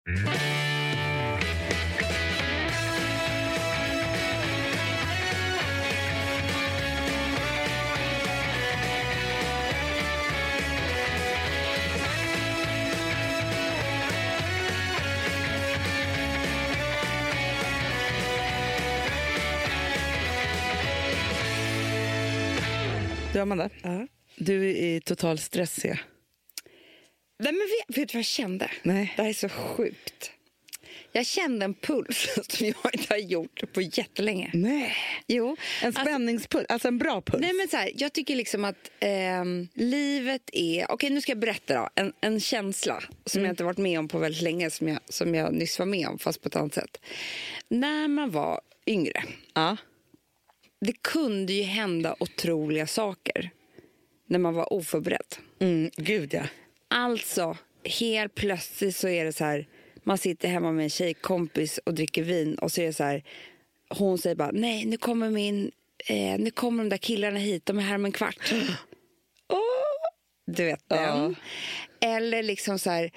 Du, Amanda, du är i total stress. Nej, men vet du vad jag kände? Nej. Det här är så sjukt. Jag kände en puls som jag inte har gjort på jättelänge. Nej. Jo. En spänningspuls, alltså en bra puls. Nej, men så här, jag tycker liksom att livet är... Okej, nu ska jag berätta då. En känsla som jag inte varit med om på väldigt länge, som jag nyss var med om, fast på ett annat sätt. När man var yngre. Ja. Det kunde ju hända otroliga saker när man var oförberedd. Gud, ja. Alltså, helt plötsligt så är det så här... Man sitter hemma med en tjejkompis och dricker vin och så är det så här... Hon säger bara, nej, nu kommer de där killarna hit, de är här om en kvart. Du vet den. Eller liksom så här...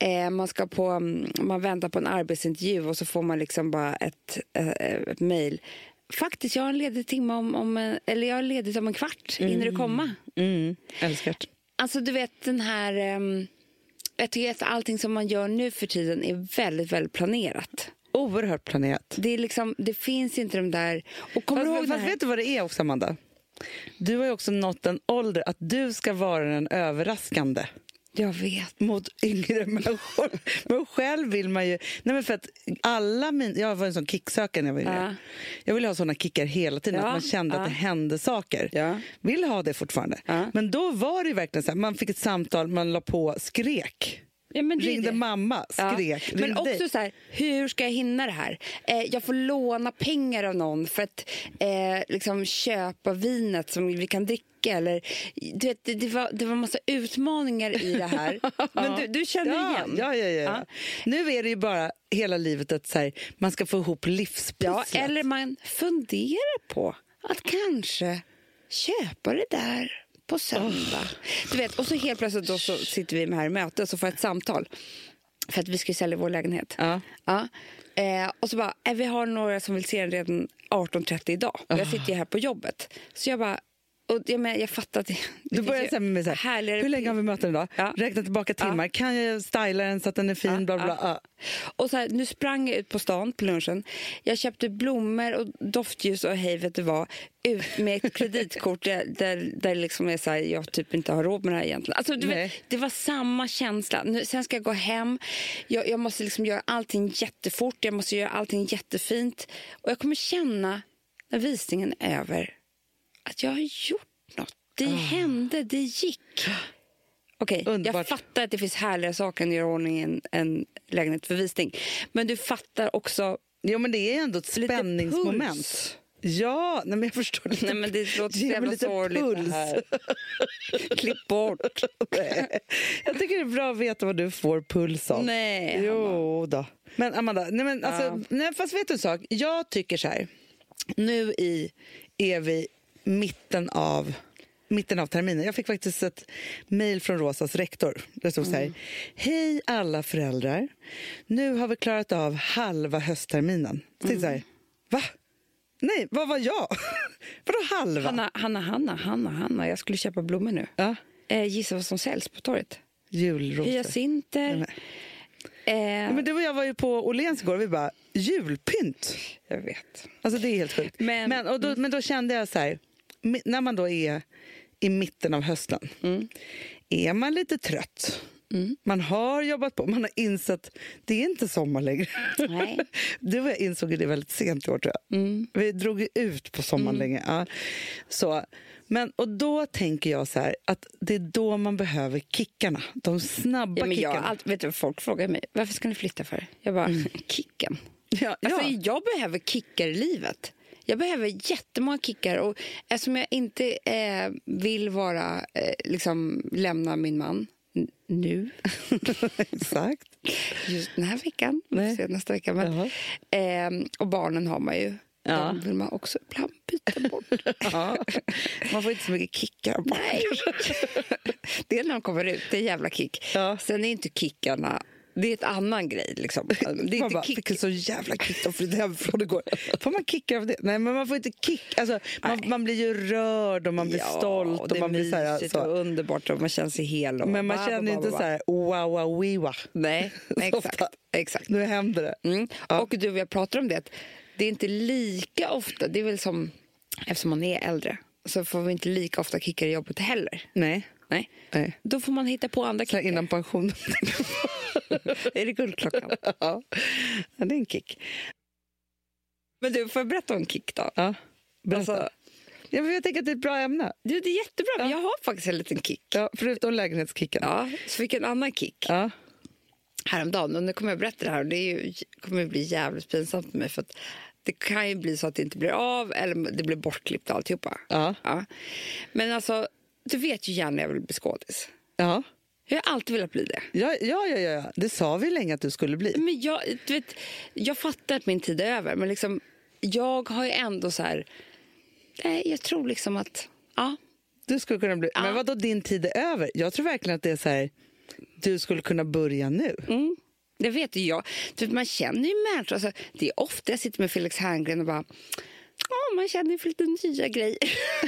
man väntar på en arbetsintervju och så får man liksom bara ett mejl. Faktiskt, jag har en ledig timme eller jag har ledigt om en kvart. Hinner du komma? Älskart. Alltså du vet den här... jag tycker att allting som man gör nu för tiden är väldigt, väldigt planerat. Oerhört planerat. Det är liksom, det finns inte de där... Och fast vet du vad det är också, Amanda? Du har ju också nått en ålder att du ska vara den överraskande. Jag vet. Mot yngre människor. Men själv vill man ju... Nej, men för att jag var en sån kicksökare när jag var yngre. Jag ville ha såna kickar hela tiden. Att man kände att det hände saker. Vill ha det fortfarande. Men då var det verkligen så här. Man fick ett samtal, man la på, skrek. Ja, men ringde mamma, skrek. Men också så här, hur ska jag hinna det här? Jag får låna pengar av någon för att liksom köpa vinet som vi kan dricka. Eller, du vet, det var en massa utmaningar i det här. Men du känner igen. Ja. Nu är det ju bara hela livet att så här, man ska få ihop livspusslet. Ja, eller man funderar på att kanske köpa det där på söndag. Du vet, och så helt plötsligt då så sitter vi med här i möte och så får ett samtal. För att vi ska sälja vår lägenhet. Och så bara, vi har några som vill se den redan 18:30 idag. Och jag sitter ju här på jobbet. Så jag bara, och jag fattar att du börjar säga med så här, hur länge har vi möten idag? Räkna tillbaka timmar. Kan jag styla den så att den är fin? Bla, bla. Och så här, nu sprang jag ut på stan på lunchen. Jag köpte blommor och doftljus och hej vet du vad. Ut med ett kreditkort där liksom är så här, jag typ inte har råd med det här egentligen. Alltså, du vet, det var samma känsla. Sen ska jag gå hem. Jag måste liksom göra allting jättefort. Jag måste göra allting jättefint. Och jag kommer känna när visningen är över att jag har gjort något. Det hände, det gick. Okej, jag fattar att det finns härliga saker än att göra ordning en lägenhet för visning. Men du fattar också... Jo, men det är ändå ett spänningsmoment. Ja, nej, men jag förstår lite. Nej, men det låter så jävla sorgligt här. Klipp bort. Jag tycker det är bra att veta vad du får puls av. Nej, jo då. Men Amanda, fast vet du en sak? Jag tycker så här. Nu är vi mitten av terminen. Jag fick faktiskt ett mejl från Rosas rektor. Det stod så här: hej alla föräldrar. Nu har vi klarat av halva höstterminen. Så så här, va? Nej, vad var jag? Vadå halva? Hanna. Jag skulle köpa blommor nu. Gissa vad som säljs på torget? Julrosor. Hyacinter. Men du och jag var ju på Åhléns igår och vi bara, julpynt. Jag vet. Alltså det är helt sjukt. Men då kände jag så här, när man då är i mitten av hösten, är man lite trött. Man har jobbat på, man har insett det är inte sommar längre. Nej. Du och jag insåg det väldigt sent i år, tror jag. Vi drog ut på sommaren länge. Ja. Så. Och då tänker jag så här, att det är då man behöver kickarna. De snabba kickarna. Vet du vad folk frågar mig? Varför ska ni flytta för? Jag bara, kicken. Jag behöver kickar i livet. Jag behöver jättemånga kickar. Och eftersom jag inte vill lämna min man nu. Exakt. Just den här veckan. Nästa vecka. Men, och barnen har man ju. De vill man också ibland byta bort. Man får inte så mycket kickar. Nej. Det är när de kommer ut. Det är jävla kick. Sen är inte kickarna Det är ett annan grej liksom. Det är Man inte bara, kick. fick så jävla kick då flyttade hemifrån igår. Får man kicka av det? Nej, men man får inte kick. Alltså, man blir ju rörd och man blir stolt. Och det man blir så här, mysigt och underbart och man känner sig hel. Och men man känner inte så här, wow, wiwa. Nej, exakt. Nu händer det. Ja. Och du, jag pratar om det. Det är inte lika ofta, det är väl som, eftersom man är äldre, så får vi inte lika ofta kicka i jobbet heller. Nej. Då får man hitta på andra kickar. Innan pension. Är det guldklockan? Ja, det är en kick. Men du, får jag berätta om kick då? Ja, berätta. Alltså, Jag tänker att det är ett bra ämne. det är jättebra, men jag har faktiskt en liten kick. Ja, förutom lägenhetskicken. Ja, så fick jag en annan kick. Ja. Häromdagen, och nu kommer jag berätta det här och kommer ju bli jävligt pinsamt för mig, för att det kan ju bli så att det inte blir av eller det blir bortklippt och alltihopa. Ja. Men alltså, du vet ju gärna jag vill bli skådis. Ja. Jag har alltid velat bli det. Ja. Det sa vi länge att du skulle bli. Men jag fattar att min tid är över, men liksom, jag har ju ändå så här, nej, jag tror liksom att, ja. Du skulle kunna bli, men vadå din tid är över? Jag tror verkligen att det är så här, du skulle kunna börja nu. Det vet ju jag. För man känner ju människor. Alltså, det är ofta jag sitter med Felix Herngren och bara, man känner ju för lite nya grejer.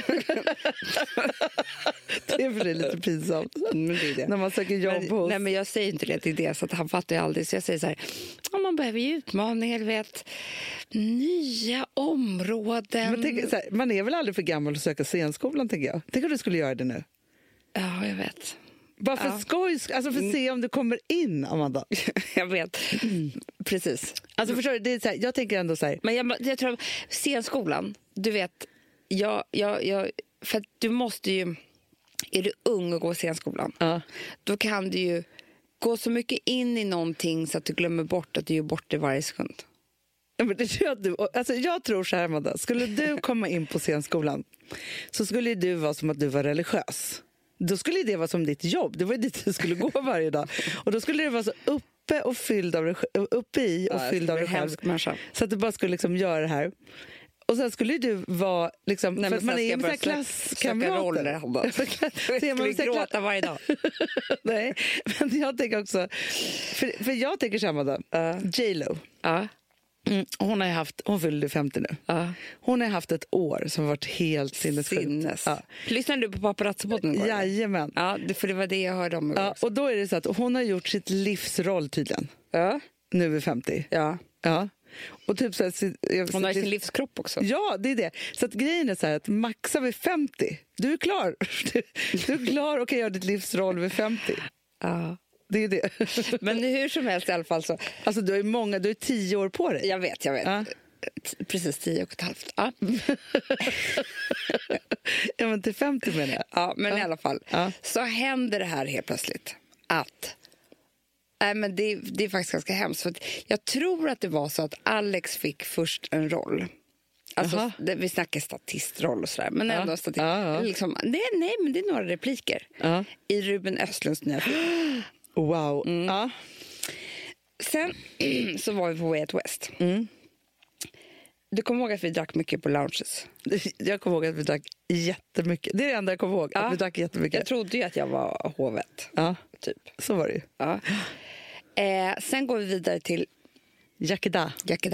Det är för det lite pinsamt. Men det är det. När man söker jobb hos... Nej, men jag säger inte det till det, så att han fattar ju aldrig. Så jag säger så här, man behöver ju utmaningar, vet, nya områden. Men tänk, så här, man är väl aldrig för gammal att söka scenskolan, tänker jag. Tänk om du skulle göra det nu. Ja, jag vet. Bara för skoj, alltså för att se om du kommer in, Amanda. Jag vet. Precis. Alltså förstår du, det är så här, jag tänker ändå så här. Men jag tror att scenskolan, du vet, för att du måste ju, är du ung och går scenskolan, då kan du ju gå så mycket in i någonting så att du glömmer bort att du gör bort det varje sekund. Ja, men det gör du. Alltså jag tror så här, Amanda, skulle du komma in på scenskolan så skulle du vara som att du var religiös. Då skulle det vara som ditt jobb. Det var ju dit du skulle gå varje dag. Och då skulle det vara så uppe och fylld av fylld av dig själv. Så att du bara skulle liksom göra det här. Och sen skulle du vara liksom, nej, för att man är med klasskamrater. Jag skulle gråta varje dag. Nej, men jag tänker också, för jag tänker samma dag. J.Lo. Hon fyllde 50 nu. Hon har haft ett år som varit helt sinnessjukt. Lyssnade du på Paparazzi-podden igår? Jajamän. Ja, för det var det jag hörde om igår. Och då är det så att hon har gjort sitt livsroll tydligen. Nu är 50. Ja. Och typ så här, hon har sin livskropp också. Ja, det är det. Så att grejen är så här att maxar vi 50, du är klar. Du är klar och kan göra ditt livsroll vid 50. Ja. Det är det. Men hur som helst i alla fall så. Alltså du är 10 år på dig. Jag vet. Precis 10 och ett halvt. Ja. Ja, men till 50 menar jag. Ja, men i alla fall. Så händer det här helt plötsligt. Att men det är faktiskt ganska hemskt. För att jag tror att det var så att Alex fick först en roll. Alltså, vi snackar statistroll och sådär. Men ändå liksom, nej, men det är några repliker. I Ruben Östlunds nya film. Wow. Sen så var vi på Way Out West. Du kommer ihåg att vi drack mycket på lounges? Jag kommer ihåg att vi drack jättemycket. Det är det enda jag kommer ihåg, att vi drack jättemycket. Jag trodde ju att jag var hovet. Typ. Så var det ju. Sen går vi vidare till Yakida.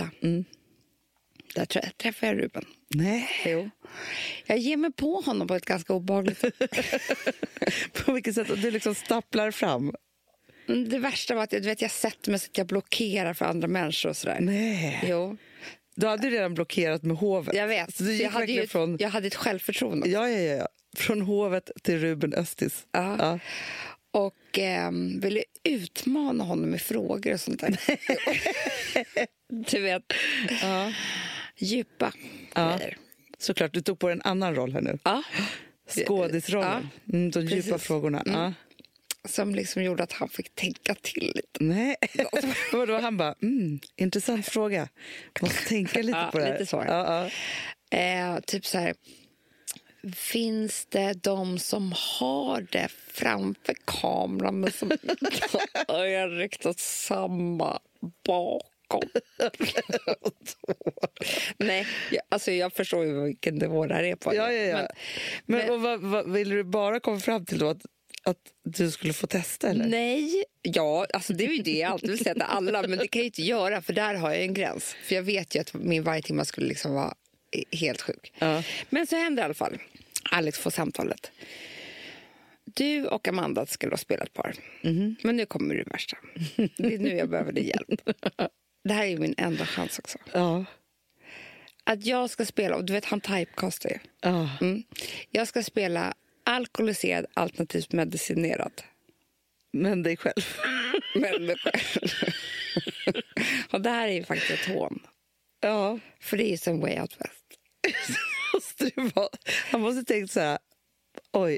Där träffade jag Ruben. Nej. Jo. Jag ger mig på honom på ett ganska obehagligt sätt. På vilket sätt? Du liksom stapplar fram. Det värsta var att jag sätter mig så att jag blockerar för andra människor och sådär. Nej. Jo. Du hade ju redan blockerat med hovet. Jag vet. Så du gick jag hade ett självförtroende. Ja. Från hovet till Ruben Östis. Ja. Och ville utmana honom med frågor och sånt där. Du vet. Djupa grejer. Såklart, du tog på en annan roll här nu. Skådisrollen. De djupa frågorna. Som liksom gjorde att han fick tänka till lite. Nej, och då han bara, intressant fråga. Måste tänka lite på det här. Lite så. Typ så här, finns det de som har det framför kameran men som är riktigt samma bakom? Nej, alltså jag förstår ju vilken nivå det här är på. Ja. Men vad vill du bara komma fram till då? att du skulle få testa, eller? Nej, ja, alltså det är ju det jag alltid vill säga till alla, men det kan jag inte göra, för där har jag en gräns. För jag vet ju att min varje timme skulle liksom vara helt sjuk. Ja. Men så händer i alla fall. Alex får samtalet. Du och Amanda ska då spela ett par. Men nu kommer det värsta. Det är nu jag behöver din hjälp. Det här är min enda chans också. Ja. Att jag ska spela, och du vet han typecastar ju. Ja. Jag ska spela alkoholiserad alternativt medicinerad. Men dig själv. Men mig själv. Och det här är ju faktiskt ett hån. Ja. För det är ju som Way Out West. Måste det vara. Han måste tänkt så här, oj.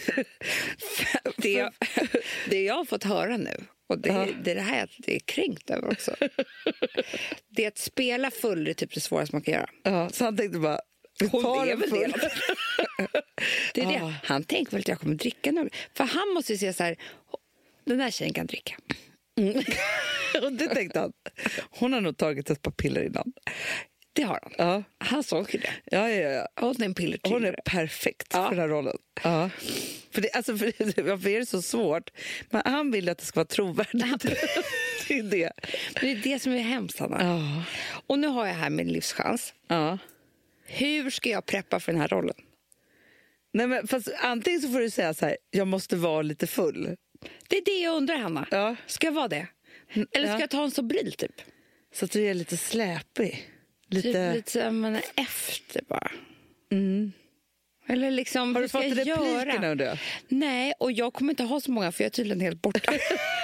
Det jag har fått höra nu, och det är det här det är kränkt över också. Det är att spela full är typ det svåraste man kan göra. Ja, så han tänkte bara, Hon är väl full. det är det. Han tänkte väl att jag kommer dricka nu. För han måste ju säga så här, den där tjejen kan dricka. Och det tänkte han. Hon har nog tagit ett par piller innan. Det har han. Ja. Han såg ju det. Ja. Hon är en piller till. Hon är perfekt för den här rollen. Ja. För varför är det så svårt? Men han vill att det ska vara trovärdigt. Det är det. Det är det som är hemskt, Hanna. Ja. Och nu har jag här min livschans. Ja. Hur ska jag preppa för den här rollen? Nej, men fast antingen så får du säga så här, jag måste vara lite full. Det är det jag undrar, Hanna. Ja. Ska jag vara det? Eller ska jag ta en Sobril typ? Så att du är lite släpig. Lite så man är efter bara. Eller liksom, har du fått replikerna nu? Nej, och jag kommer inte ha så många, för jag är tydligen helt borta.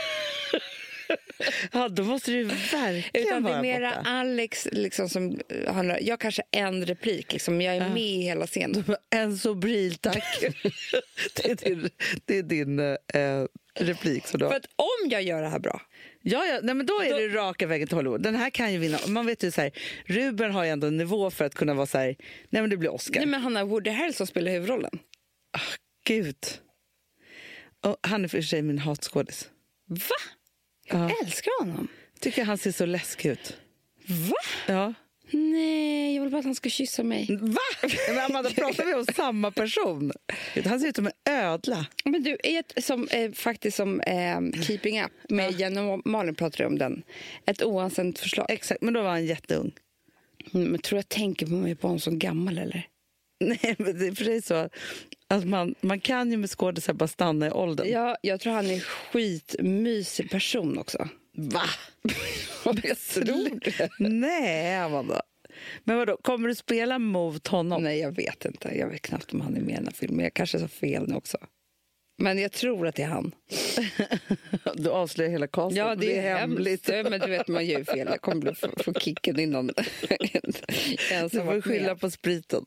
Ja, då måste du verkligen Utan det är vara mera borta. Alex liksom, som handlar. Jag kanske en replik, liksom, jag är med i hela scenen. En Sobril, tack. det är din replik. Så då. För att om jag gör det här bra. Ja, nej, men då är det raka vägen till Hollywood. Den här kan ju vinna. Man vet ju så här, Ruben har ju ändå en nivå för att kunna vara så här, nej men det blir Oscar. Nej, men han har Woody Harrelson spelar huvudrollen. Gud. Och han är för sig min hatskådis. Va? Jag älskar honom. Tycker han ser så läskig ut. Va? Ja. Nej, jag vill bara att han ska kyssa mig. Va? Men Amanda, pratar vi om samma person? Han ser ut som en ödla. Men du, faktiskt som Keeping Up med Jenny och Malin pratade om den. Ett oanständigt förslag. Exakt, men då var han jätteung. Men tror jag tänker på mig på honom som gammal, eller? Nej, men det är för sig så att man kan ju med skådespelare bara stanna i åldern. Ja, jag tror han är skitmysig person också. Va? Jag tror det. Nej, Amanda. Men vadå, kommer du spela mot honom? Nej, jag vet inte. Jag vet knappt om han är med i den här filmen. Jag kanske sa fel nu också. Men jag tror att det är han. Du avslöjar hela casten. Ja, det är hemligt. Men du vet, man gör ju fel. Jag kommer bli få kicken innan. Du får skylla på spriten.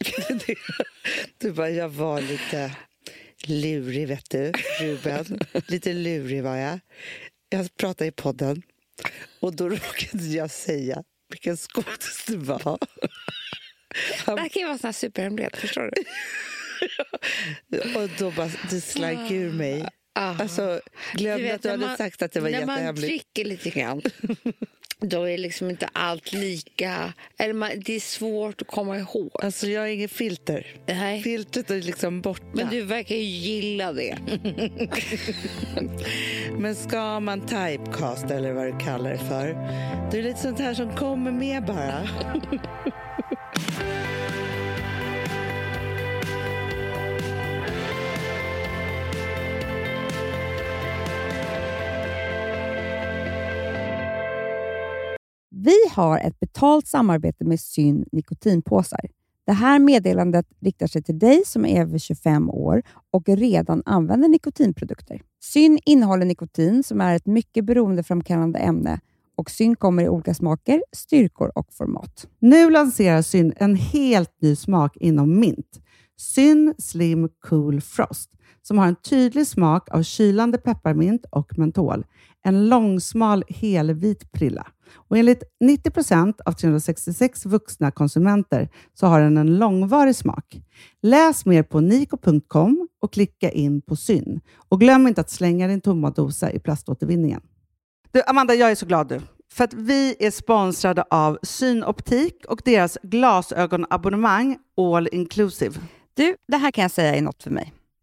Du bara, jag var lite lurig, vet du, Ruben. Lite lurig var jag. Jag pratade i podden och då råkade jag säga vilken skådis det var. Det här kan ju vara en sån här superhemlighet, förstår du? Och då bara, det slank ur mig. Alltså, glömde att du hade sagt att det var jättehemligt. När man dricker lite grann, då är liksom inte allt lika. Eller det är svårt att komma ihåg. Alltså, jag har inget filter. Nej. Filtret är liksom borta. Men du verkar ju gilla det. Men ska man typecasta, eller vad du kallar det för, det är lite sånt här som kommer med bara. Vi har ett betalt samarbete med Syn nikotinpåsar. Det här meddelandet riktar sig till dig som är över 25 år och redan använder nikotinprodukter. Syn innehåller nikotin som är ett mycket beroendeframkallande ämne och Syn kommer i olika smaker, styrkor och format. Nu lanserar Syn en helt ny smak inom mint. Syn Slim Cool Frost, som har en tydlig smak av kylande pepparmint och mentol. En långsmal helvit prilla. Och enligt 90% av 366 vuxna konsumenter så har den en långvarig smak. Läs mer på niko.com och klicka in på Syn. Och glöm inte att slänga din tomma dosa i plaståtervinningen. Du, Amanda, jag är så glad nu. För att vi är sponsrade av Synoptik och deras glasögonabonnemang All Inclusive. Du, det här kan jag säga är något för mig.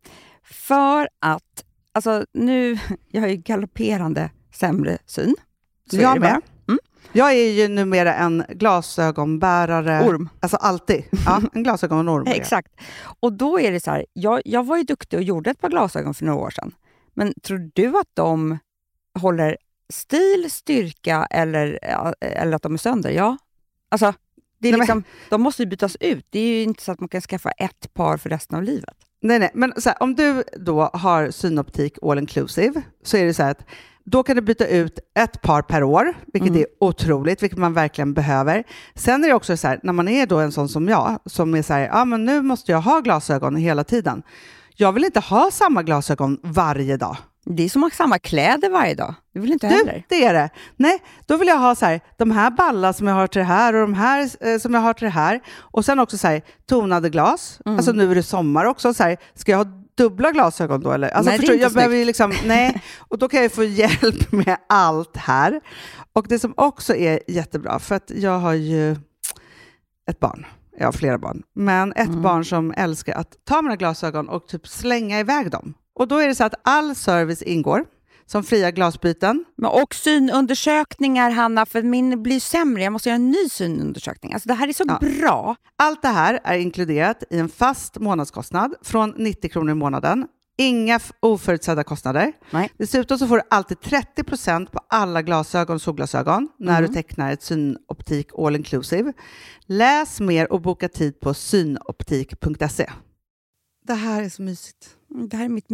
För att, alltså nu, jag har ju galopperande sämre syn. Så Jag är det med. bara. Mm. Jag är ju numera en glasögonbärare. Orm. Alltså alltid. Ja, en glasögonorm. Exakt. Och då är det så här, jag var ju duktig och gjorde ett par glasögon för några år sedan. Men tror du att de håller stil, styrka eller att de är sönder? Ja. Alltså, det är liksom, de måste ju bytas ut. Det är ju inte så att man kan skaffa ett par för resten av livet. Nej, men så här, om du då har synoptik all inclusive så är det så här att då kan du byta ut ett par per år, vilket är otroligt, vilket man verkligen behöver. Sen är det också så här, när man är då en sån som jag, som är så här, men nu måste jag ha glasögon hela tiden. Jag vill inte ha samma glasögon varje dag. Det är som att ha samma kläder varje dag. Det vill inte heller. Det är det. Nej, då vill jag ha så här, de här ballar som jag har till det här och de här som jag har till det här. Och sen också så här, tonade glas. Alltså nu är det sommar också. Så här, ska jag ha dubbla glasögon då? Eller? Alltså, Nej, förstår, det är inte jag behöver ju liksom, nej. Och då kan jag få hjälp med allt här. Och det som också är jättebra, för att jag har ju ett barn. Jag har flera barn. Men ett barn som älskar att ta mina glasögon och typ slänga iväg dem. Och då är det så att all service ingår. Som fria glasbyten. Och synundersökningar, Hanna, för min blir sämre. Jag måste göra en ny synundersökning. Alltså det här är så bra. Allt det här är inkluderat i en fast månadskostnad från 90 kronor i månaden. Inga oförutsedda kostnader. Nej. Dessutom så får du alltid 30% på alla glasögon och solglasögon när du tecknar ett synoptik all inclusive. Läs mer och boka tid på synoptik.se. Det här är så mysigt. Det här är mitt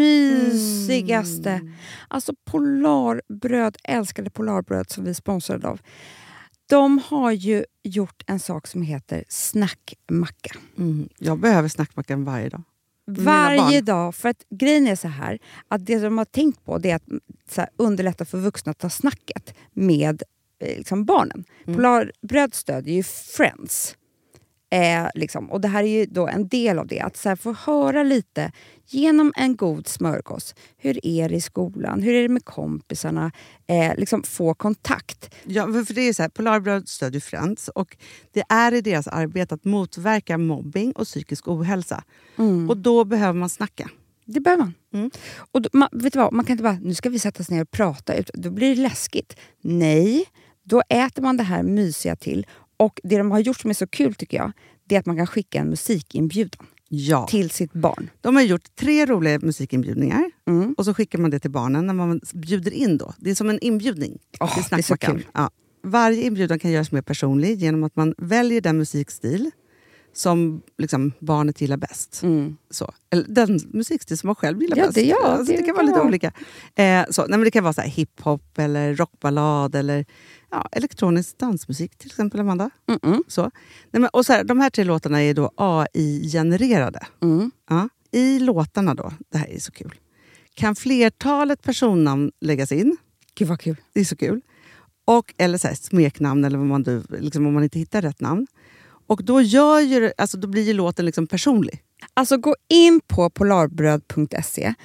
mysigaste. Alltså Polarbröd, älskade Polarbröd som vi sponsrade av. De har ju gjort en sak som heter snackmacka. Jag behöver snackmackan varje dag. Varje dag. För att grejen är så här, att det de har tänkt på det är att så här, underlätta för vuxna att ta snacket med liksom, barnen. Polarbröd stödjer ju Friends. Liksom. Och det här är ju då en del av det. Att så här, få höra lite genom en god smörgås. Hur är det i skolan? Hur är det med kompisarna? Liksom få kontakt. Ja, för det är så här, Polarbröd stödjer Friends och det är i deras arbete att motverka mobbing och psykisk ohälsa. Och då behöver man snacka. Det behöver man. Och då, vet du vad? Man kan inte bara, nu ska vi sätta oss ner och prata ut. Då blir det läskigt. Nej, då äter man det här mysiga till. Och det de har gjort som är så kul tycker jag, det är att man kan skicka en musikinbjudan till sitt barn. De har gjort 3 roliga musikinbjudningar och så skickar man det till barnen när man bjuder in då. Det är som en inbjudning till snackmackan. Det är så kul. Ja. Varje inbjudan kan göras mer personlig genom att man väljer den musikstil som liksom barnet gillar bäst. Så. Eller den musikstil som man själv gillar bäst. Det kan vara lite olika. Det kan vara så här hiphop eller rockballad eller elektronisk dansmusik till exempel, Amanda. Så. Och så här, de här 3 låtarna är då AI-genererade. Ja. I låtarna då, det här är så kul, kan flertalet personnamn läggas in. Gud vad kul. Det är så kul. Eller så här, smeknamn eller liksom, om man inte hittar rätt namn. Och då då blir ju låten liksom personlig. Alltså gå in på polarbröd.se,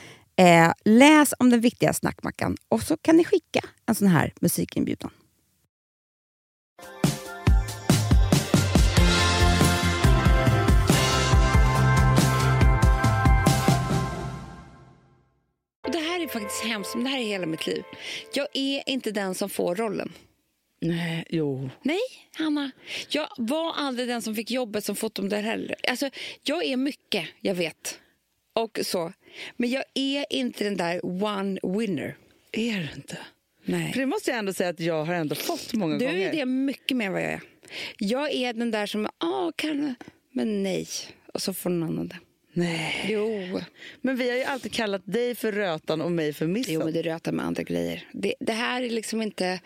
läs om den viktiga snackmackan och så kan ni skicka en sån här musikinbjudan. Det här är faktiskt hemskt, men det här är hela mitt liv. Jag är inte den som får rollen. Nej, jo. Nej, Hanna. Jag var aldrig den som fick jobbet som fotomodell heller. Alltså, jag är mycket, jag vet. Och så. Men jag är inte den där one winner. Är du inte? Nej. För det måste jag ändå säga att jag har ändå fått många gånger. Du är det mycket mer än vad jag är. Jag är den där som, kan, men nej. Och så får någon annan det. Nej. Jo. Men vi har ju alltid kallat dig för Rötan och mig för Missen. Jo, men det rötar med andra grejer. Det här är liksom inte...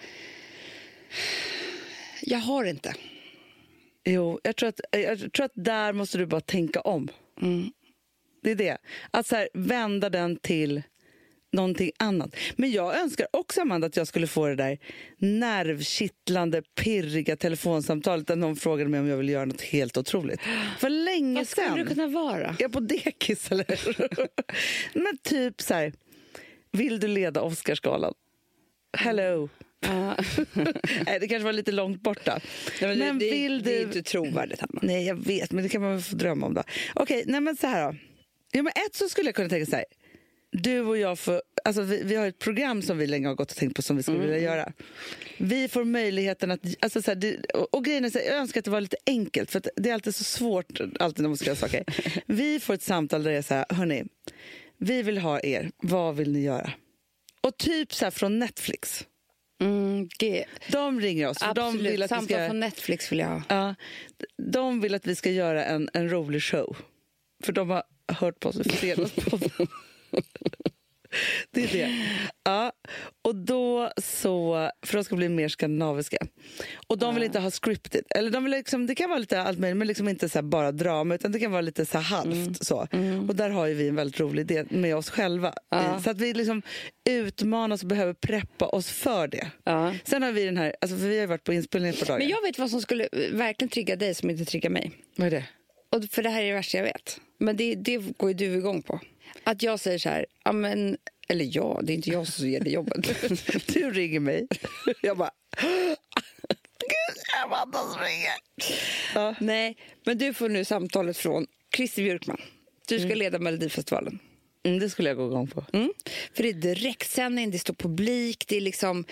Jag har inte. Jo, jag tror att där måste du bara tänka om. Det är det. Att så här, vända den till någonting annat. Men jag önskar också, Amanda, att jag skulle få det där nervkittlande, pirriga telefonsamtalet där någon frågade mig om jag vill göra något helt otroligt. För länge Vad skulle sedan. du kunna vara? Jag på dekis, eller? Men typ så här, vill du leda Oscarsgalan? Hello. Nej, det kanske var lite långt borta. Nej, men vill det är du... inte trovärdigt, Hanna. Nej, jag vet, men det kan man väl få drömma om då. Okej, nej men så här då. Ja, men så skulle jag kunna tänka så här. Du och jag får, alltså vi har ett program som vi länge har gått och tänkt på som vi skulle vilja göra. Vi får möjligheten att, alltså så här, och grejen är så här, jag önskar att det var lite enkelt för att det är alltid så svårt alltid när man ska göra saker. Vi får ett samtal där det är så här, hörni, vi vill ha er, vad vill ni göra? Och typ så här från Netflix. De ringer oss. Absolut, de vill att samtal vi ska, från Netflix vill jag ha. Ja, de vill att vi ska göra en rolig show. För de har hört på oss i fredagspodden. Det är det. Ja, och då så, för de ska bli mer skandinaviska. Och de vill inte ha scripted. Eller de vill liksom, det kan vara lite allt möjligt, men liksom inte så här bara drama, utan det kan vara lite så här halvt så. Och där har ju vi en väldigt rolig idé med oss själva. Så att vi liksom utmanas och behöver preppa oss för det. Sen har vi den här, alltså för vi har varit på inspelning på dagar. Men jag vet vad som skulle verkligen trigga dig som inte triggar mig. Vad är det? Och för det här är det värsta jag vet. Men det går ju du igång på. Att jag säger så här, ja men, eller ja, det är inte jag som ger det jobbet. Du ringer mig. Jag bara, gud, Amanda som ringer. Ja. Nej, men du får nu samtalet från Christer Björkman. Du ska leda Melodifestivalen. Det skulle jag gå igång på. För det är direktsändning, det står publik, det är liksom...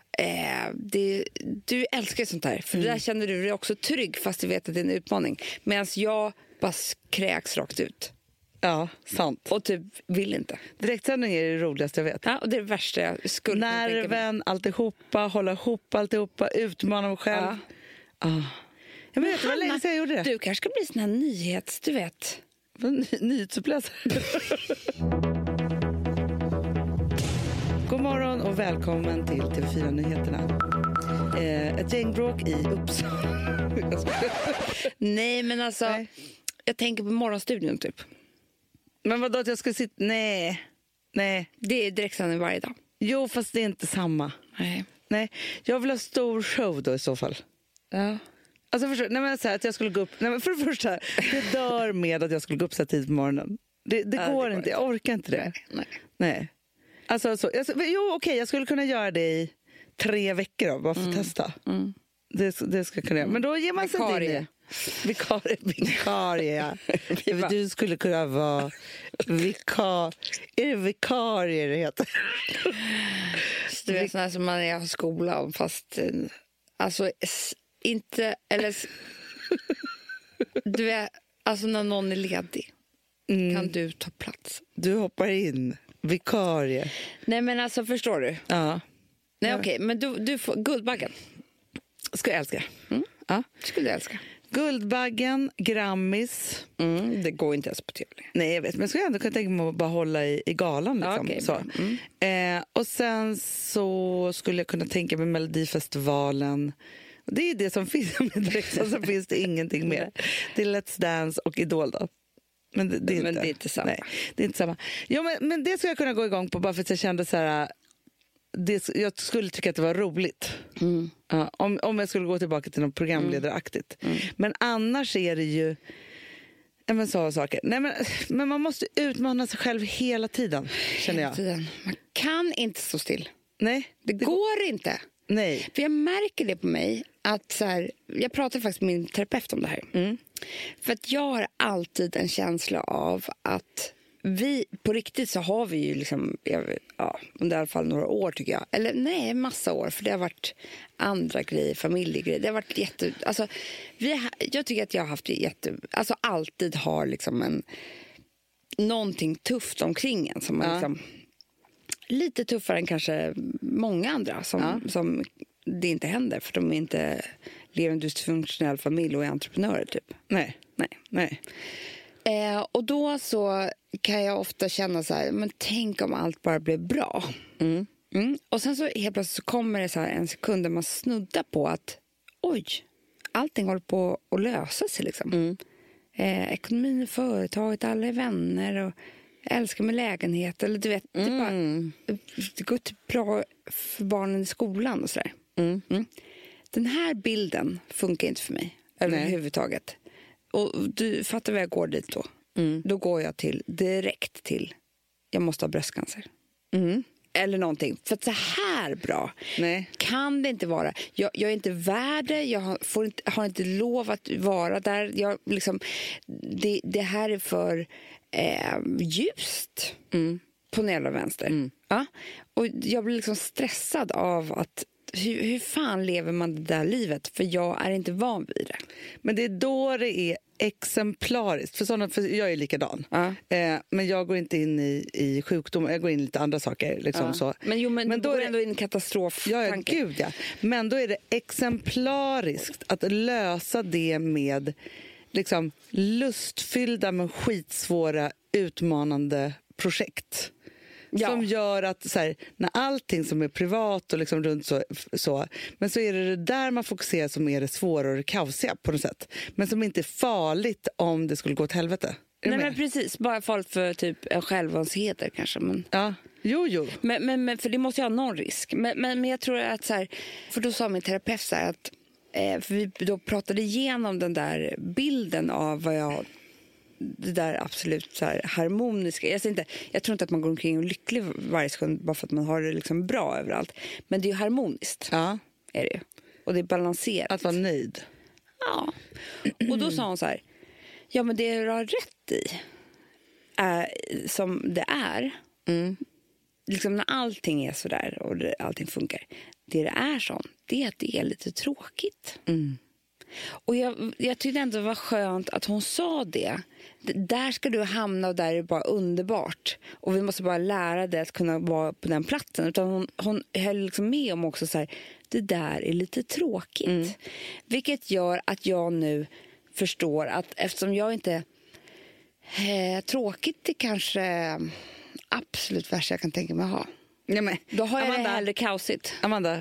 du älskar sånt här. För där känner du dig också trygg fast du vet att det är en utmaning. Medan jag bara kräks rakt ut. Ja, sant. Och typ vill inte. Direktsändning är det roligaste jag vet. Ja, och det är det värsta jag skulle nerven, alltihopa, hålla ihop alltihopa, utmana mig själv. Jag vet, det var länge sedan jag gjorde det. Du kanske ska bli sån här nyhets, du vet. Nyhetsuppläsare. God morgon och välkommen till TV4-nyheterna. Ett gängbråk i Uppsala. Nej, men alltså... Nej. Jag tänker på Morgonstudion typ. Men vadå att jag ska sitta... Nej. Det är direktsändning varje dag. Jo, fast det är inte samma. Nej. Jag vill ha stor show då i så fall. Ja. Alltså förstår, nej men så här, att jag skulle gå upp... Nej men för det första, det dör med att jag skulle gå upp så här tid på morgonen. Det går inte, jag orkar inte det. Nej. Alltså så, jag skulle kunna göra det i 3 veckor då, bara för att testa. Det ska jag kunna göra. Men då ger man sig Vikarie. Vikarie, ja. Du skulle kunna vara är det vikarie det heter? Du vet sådär som man är i skolan fast alltså inte eller du är alltså när någon är ledig kan du ta plats. Du hoppar in, vikarie. Nej men alltså förstår du? Ja. Nej okej, men du får Guldbaggen. Ska jag älska. Ja. Skulle jag älska. Guldbaggen, Grammis. Det går inte ens på tv. Nej, jag vet. Men skulle jag ändå kunna tänka mig att bara hålla i galan. Liksom. Okay, så. Och sen så skulle jag kunna tänka mig Melodifestivalen. Det är det som finns med direkt. Så finns det ingenting mer. Det är Let's Dance och Idol då. Men det är inte samma. Nej, det är inte samma. Jo, men det skulle jag kunna gå igång på bara för att jag kände så här... jag skulle tycka att det var roligt. Ja, om jag skulle gå tillbaka till något programledaraktigt. Men annars är det ju så saker. Nej, men man måste utmana sig själv hela tiden, känner jag. Man kan inte stå still. Nej. Det går inte. Nej. För jag märker det på mig att så här, jag pratar faktiskt med min terapeut om det här. För att jag har alltid en känsla av att vi, på riktigt så har vi ju liksom, under i alla fall några år tycker jag. Eller nej, massa år. För det har varit andra grejer, familjegrejer. Det har varit alltså, jag tycker att jag har haft alltså alltid har liksom någonting tufft omkring en. Som man liksom, lite tuffare än kanske många andra som det inte händer. För de är inte lever en dysfunktionell familj och är entreprenörer typ. Nej. Och då så kan jag ofta känna så här, men tänk om allt bara blev bra. Och sen så helt plötsligt så kommer det så här en sekund där man snuddar på att oj, allting håller på att lösa sig liksom. Ekonomin i företaget, alla är vänner och jag älskar med lägenhet. Eller du vet, det går typ bra för barnen i skolan och sådär. Den här bilden funkar inte för mig överhuvudtaget. Och du fattar vad jag går dit då. Då går jag direkt till jag måste ha bröstcancer. eller någonting. För att så här bra kan det inte vara. Jag är inte värd det. Jag har inte lov att vara där. Jag, liksom, det här är för ljust på den jävla vänster. Ja? Och jag blir liksom stressad av att hur fan lever man det där livet? För jag är inte van vid det. Men det är då det är exemplariskt. För jag är likadan. Men jag går inte in i sjukdom. Jag går in i lite andra saker. Liksom, så. Men då är det ändå en katastrof. Ja. Men då är det exemplariskt att lösa det med liksom, lustfyllda men skitsvåra utmanande projekt. Som gör att så här, när allting som är privat och liksom runt så men så är det där man fokuserar som är det svåra och det kaosiga på något sätt. Men som inte är farligt om det skulle gå åt helvete. Nej men precis, bara farligt för typ en självansheder kanske. Men... Ja, jo. Men för det måste ju ha någon risk. Men jag tror att så här, för då sa min terapeut så här att för vi då pratade igenom den där bilden av vad jag det där absolut så här harmoniska. Jag tror inte att man går omkring och är lycklig varje sekund bara för att man har det liksom bra överallt. Men det är ju harmoniskt. Ja. Är det ju. Och det är balanserat. Att vara nöjd. Ja. Och då sa hon så här: ja men det du har rätt i är som det är. Liksom när allting är så där och allting funkar. Det är sånt. Det är att det är lite tråkigt. Och jag tyckte ändå det var skönt att hon sa det. Där ska du hamna och där är det bara underbart. Och vi måste bara lära dig att kunna vara på den platsen. Utan hon höll liksom med om också så här, det där är lite tråkigt. Vilket gör att jag nu förstår att eftersom jag inte tråkigt är kanske absolut värsta jag kan tänka mig ha. Ja, men, då har jag Amanda, det hellre kaosigt. Amanda,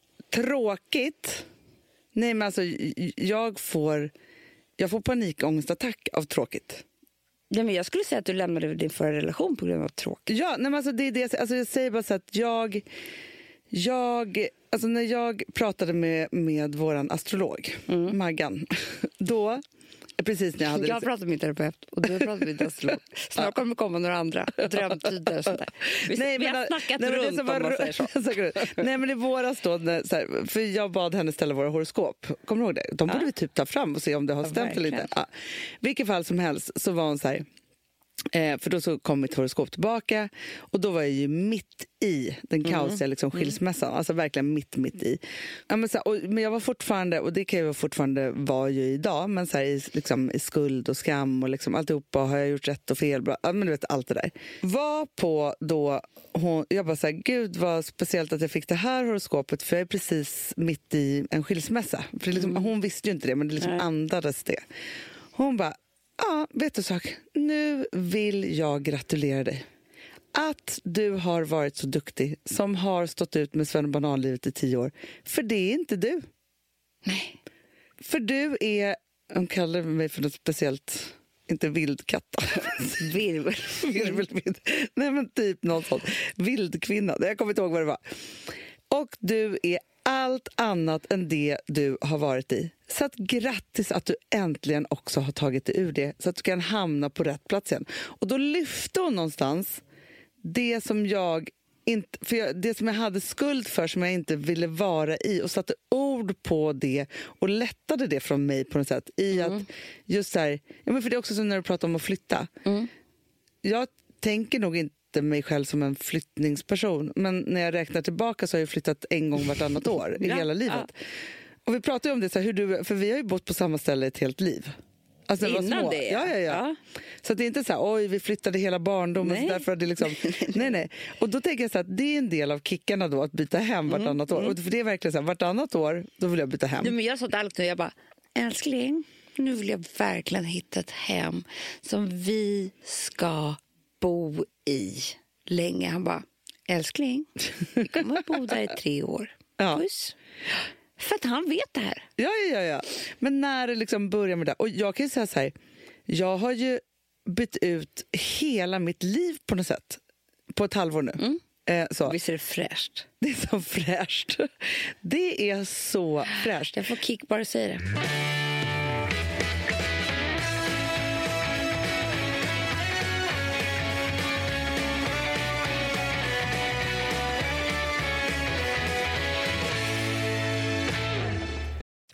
tråkigt. Nej men alltså jag får panikångestattack av tråkigt. Ja, men jag skulle säga att du lämnade din förra relation på grund av tråkigt. Ja, nej men alltså det är det, alltså jag säger bara så att jag alltså när jag pratade med våran astrolog Maggan, då precis när jag hade jag pratade med min terapeut och du pratade med din astrolog. Snart kommer det komma några andra drömtider och sådär. Vi har snackat runt om man säger så. Nej men i våras då, så här, för jag bad henne ställa våra horoskop. Kommer du ihåg det? De borde vi typ ta fram och se om det har stämt eller inte. Ja. Vilket fall som helst så var hon så här. För då så kom mitt horoskop tillbaka och då var jag ju mitt i den kaosiga liksom, skilsmässan, alltså verkligen mitt i. Ja, men jag var fortfarande, och det kan jag fortfarande vara ju idag, men så här, liksom, i skuld och skam och liksom, alltihopa, har jag gjort rätt och fel, bra, men du vet allt det där. Var på då jag bara så här, gud vad speciellt att jag fick det här horoskopet, för jag är precis mitt i en skilsmässa. För liksom, hon visste ju inte det, men det liksom andades det. Hon bara, ja, vet du sak? Nu vill jag gratulera dig. Att du har varit så duktig som har stått ut med Sven Bananlivet i 10 år. För det är inte du. Nej. För du är, de kallar mig för något speciellt, inte vildkatta. Virvelvind. Nej men typ någon sån vildkvinna. Jag kommer inte ihåg vad det var. Och du är allt annat än det du har varit i. Så att grattis att du äntligen också har tagit dig ur det, så att du kan hamna på rätt plats igen. Och då lyfte hon någonstans det som jag inte, det som jag hade skuld för, som jag inte ville vara i, och satte ord på det och lättade det från mig på något sätt i att just så här, ja, men för det är också så när du pratar om att flytta. Jag tänker nog inte mig själv som en flyttningsperson, men när jag räknar tillbaka så har jag flyttat en gång vartannat år i hela livet. Och vi pratar ju om det så här, för vi har ju bott på samma ställe ett helt liv. Alltså innan det? Ja. Så det är inte så här, oj vi flyttade hela barndomen, så därför det liksom, nej. Och då tänker jag så här, att det är en del av kickarna då, att byta hem vartannat år. Och för det är verkligen så här, vartannat år, då vill jag byta hem. Nej, men jag sa till Alex nu, jag bara, älskling, nu vill jag verkligen hitta ett hem som vi ska bo i länge. Han bara, älskling, vi kommer att bo där i 3 år. Puss. För att han vet det här. Ja. Men när det liksom börjar med det. Och jag kan ju säga så här, jag har ju bytt ut hela mitt liv på något sätt. På ett halvår nu. Så. Visst är det fräscht? Det är så fräscht. Det är så fräscht. Jag får kick bara säga det.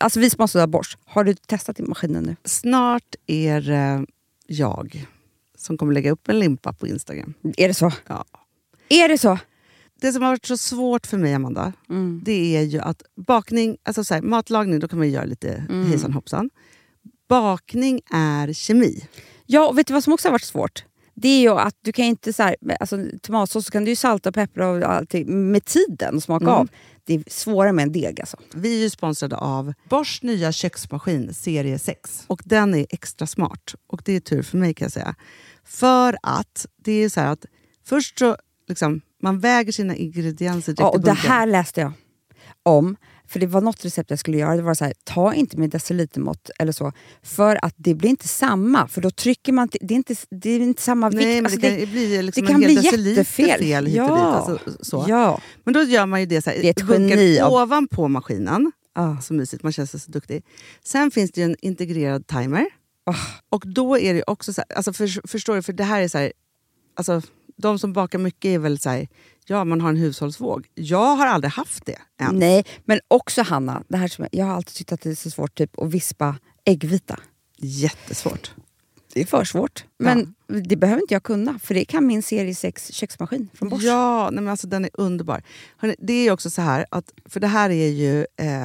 Alltså vi sponsrar Bosch. Har du testat i maskinen nu? Snart är jag som kommer lägga upp en limpa på Instagram. Är det så? Ja. Är det så? Det som har varit så svårt för mig, Amanda, det är ju att bakning, alltså så här, matlagning, då kan man göra lite hejsan hoppsan. Bakning är kemi. Ja, och vet du vad som också har varit svårt? Det är ju att du kan inte så här, alltså tomatsås så kan du ju salta och peppra och allting med tiden och smaka av. Det är svårare med en deg alltså. Vi är ju sponsrade av Bosch nya köksmaskin serie 6. Och den är extra smart. Och det är tur för mig kan jag säga. För att det är så här att först så liksom, man väger sina ingredienser direkt i bunken. Och det här läste jag om. För det var något recept jag skulle göra. Det var så här, ta inte med decilitermått eller så. För att det blir inte samma. För då trycker man... Det är inte samma vikt. Nej, men alltså det kan bli liksom det kan en hel bli deciliter fel hit och dit. Alltså, så. Ja. Men då gör man ju det så här. Det är ett geni ovanpå maskinen. Så mysigt, man känns så duktig. Sen finns det ju en integrerad timer. Och då är det också så här, alltså förstår du, för det här är så här, alltså de som bakar mycket är väl så här, ja, man har en hushållsvåg. Jag har aldrig haft det än. Nej, men också Hanna, det här som jag har alltid tyckt att det är så svårt typ att vispa äggvita. Jättesvårt. Det är för svårt. Men det behöver inte jag kunna, för det kan min serie 6 köksmaskin från Bosch. Ja, nej, men alltså den är underbar. Hörrni, det är också så här, att, för det här är ju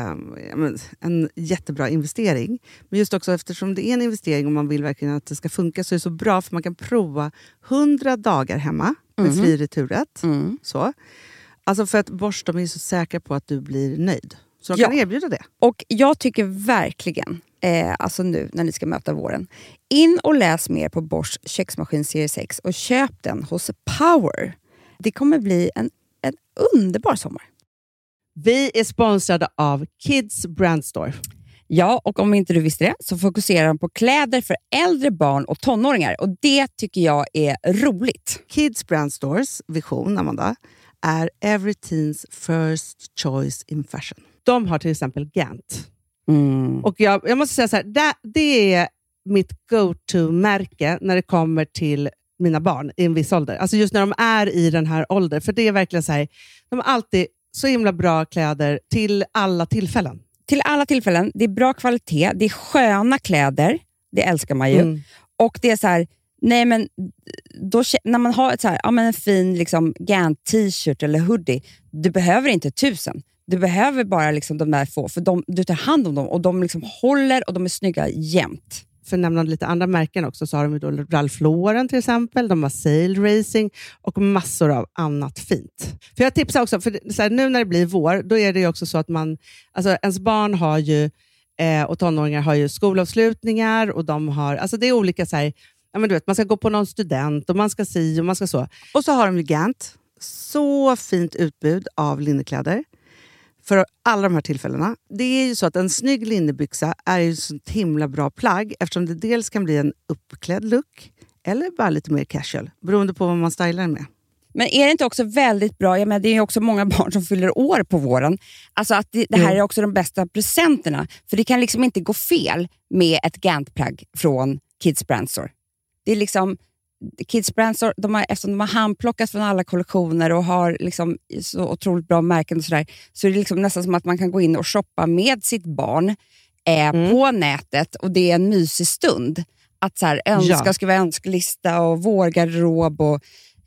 en jättebra investering. Men just också eftersom det är en investering och man vill verkligen att det ska funka, så är det så bra för man kan prova 100 dagar hemma med fri returrätt. Så. Alltså för att Bosch, de är så säkra på att du blir nöjd. Så de kan erbjuda det. Och jag tycker verkligen, alltså nu när ni ska möta våren, in och läs mer på Bosch köksmaskin serie 6 och köp den hos Power. Det kommer bli en underbar sommar. Vi är sponsrade av Kids Brand Store. Ja, och om inte du visste det så fokuserar de på kläder för äldre barn och tonåringar. Och det tycker jag är roligt. Kids Brand Stores vision, Amanda, är every teens first choice in fashion. De har till exempel Gant. Och jag måste säga så här, det är mitt go-to-märke när det kommer till mina barn i en viss ålder. Alltså just när de är i den här åldern. För det är verkligen så här, de har alltid så himla bra kläder till alla tillfällen. Till alla tillfällen. Det är bra kvalitet. Det är sköna kläder. Det älskar man ju. Och det är så här, nej men då, när man har ett så här, ja, men en fin liksom, Gant t-shirt eller hoodie, du behöver inte 1000. Du behöver bara liksom de där få, för du tar hand om dem och de liksom håller och de är snygga jämt. För att nämna lite andra märken också, så har de ju då Ralph Lauren till exempel, de har Sail Racing och massor av annat fint. För jag tipsar också, för så här, nu när det blir vår, då är det ju också så att man, alltså ens barn har ju och tonåringar har ju skolavslutningar och de har, alltså det är olika så här, ja men du vet, man ska gå på någon student och man ska si och man ska så. Och så har de ju Gant, så fint utbud av linnekläder för alla de här tillfällena. Det är ju så att en snygg linnebyxa är ju så himla bra plagg, eftersom det dels kan bli en uppklädd look eller bara lite mer casual, beroende på vad man stylar med. Men är det inte också väldigt bra, jag menar, det är ju också många barn som fyller år på våren, alltså att det här är också de bästa presenterna, för det kan liksom inte gå fel med ett Gant-plagg från Kids Brand Store. Det är liksom Kids Brand Store, eftersom de har handplockat från alla kollektioner och har liksom så otroligt bra märken och sådär, så är det liksom nästan som att man kan gå in och shoppa med sitt barn på nätet, och det är en mysig stund att så här, skriva önskelista och vårgarderob och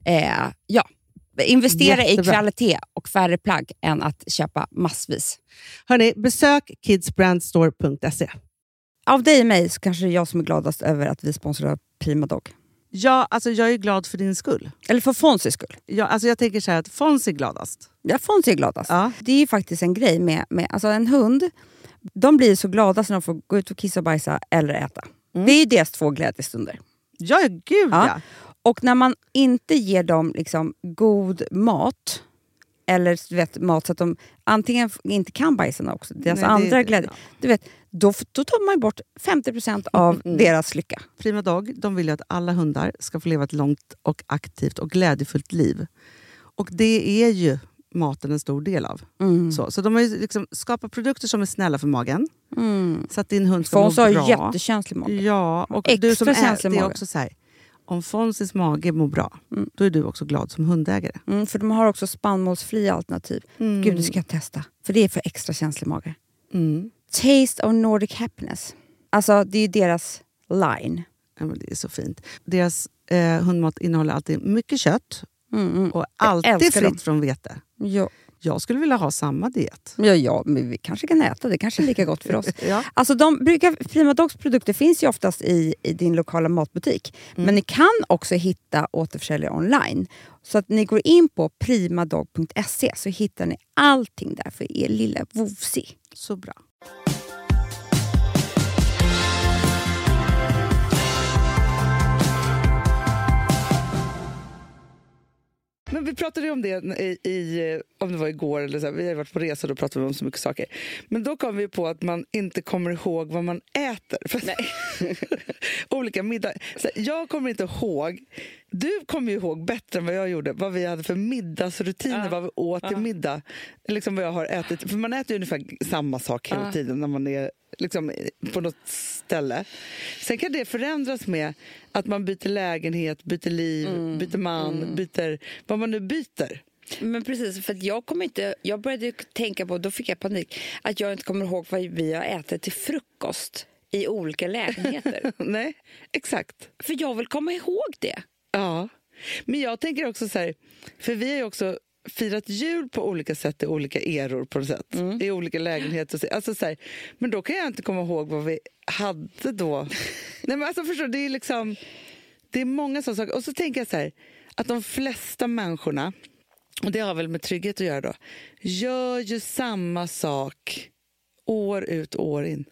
investera i kvalitet och färre plagg än att köpa massvis. Hörrni, besök kidsbrandstore.se. Av dig och mig så kanske det är jag som är gladast över att vi sponsrar Prima Dog. Ja, alltså jag är glad för din skull. Eller för Fonzys skull. Ja, alltså jag tänker så här att Fonzie är gladast. Ja, Fonzie är gladast. Ja. Det är ju faktiskt en grej med alltså en hund. De blir så glada när de får gå ut och kissa och bajsa eller äta. Det är ju deras 2 glädjestunder. Ja, gud ja. Och när man inte ger dem liksom god mat, eller du vet, mat så att de antingen inte kan bajsa också, deras andra glädje, du vet, då tar man bort 50% av deras lycka. Prima Dog, de vill ju att alla hundar ska få leva ett långt och aktivt och glädjefullt liv. Och det är ju maten en stor del av. Så de har ju liksom skapat produkter som är snälla för magen. Så att din hund ska må bra. Fons har jättekänslig mage. Ja, och du som är, det är också så här, om Fonzys mage mår bra, då är du också glad som hundägare. För de har också spannmålsfria alternativ. Gud, det ska jag testa. För det är för extra känslig mage. Taste of Nordic Happiness. Alltså det är ju deras line. Ja, men det är så fint. Deras hundmat innehåller alltid mycket kött. Och alltid fritt från vete. Ja. Jag skulle vilja ha samma diet. Ja, men vi kanske kan äta. Det kanske är lika gott för oss. Ja. Alltså Prima Dogs produkter finns ju oftast i din lokala matbutik. Men ni kan också hitta återförsäljare online. Så att ni går in på primadog.se så hittar ni allting där för er lilla vovsi. Så bra. Men vi pratade ju om det om det var igår eller så här, vi har varit på resa och då pratade vi om så mycket saker. Men då kom vi på att man inte kommer ihåg vad man äter. Nej. Olika middagar. Så jag kommer inte ihåg. Du kommer ju ihåg bättre än vad jag gjorde. Vad vi hade för middagsrutiner, vad vi åt till middag. Liksom vad jag har ätit. För man äter ju ungefär samma sak hela tiden när man är liksom på något ställe. Sen kan det förändras med att man byter lägenhet, byter liv, byter man, byter vad man nu byter. Men precis, för att jag började tänka på, då fick jag panik, att jag inte kommer ihåg vad vi har ätit till frukost i olika lägenheter. Nej, exakt. För jag vill komma ihåg det. Ja, men jag tänker också så här, för vi har ju också firat jul på olika sätt i olika eror på något sätt. I olika lägenheter. Alltså så här, men då kan jag inte komma ihåg vad vi hade då. Nej men alltså förstår du, det är liksom, det är många sådana saker. Och så tänker jag så här, att de flesta människorna, och det har väl med trygghet att göra då, gör ju samma sak år ut och år in.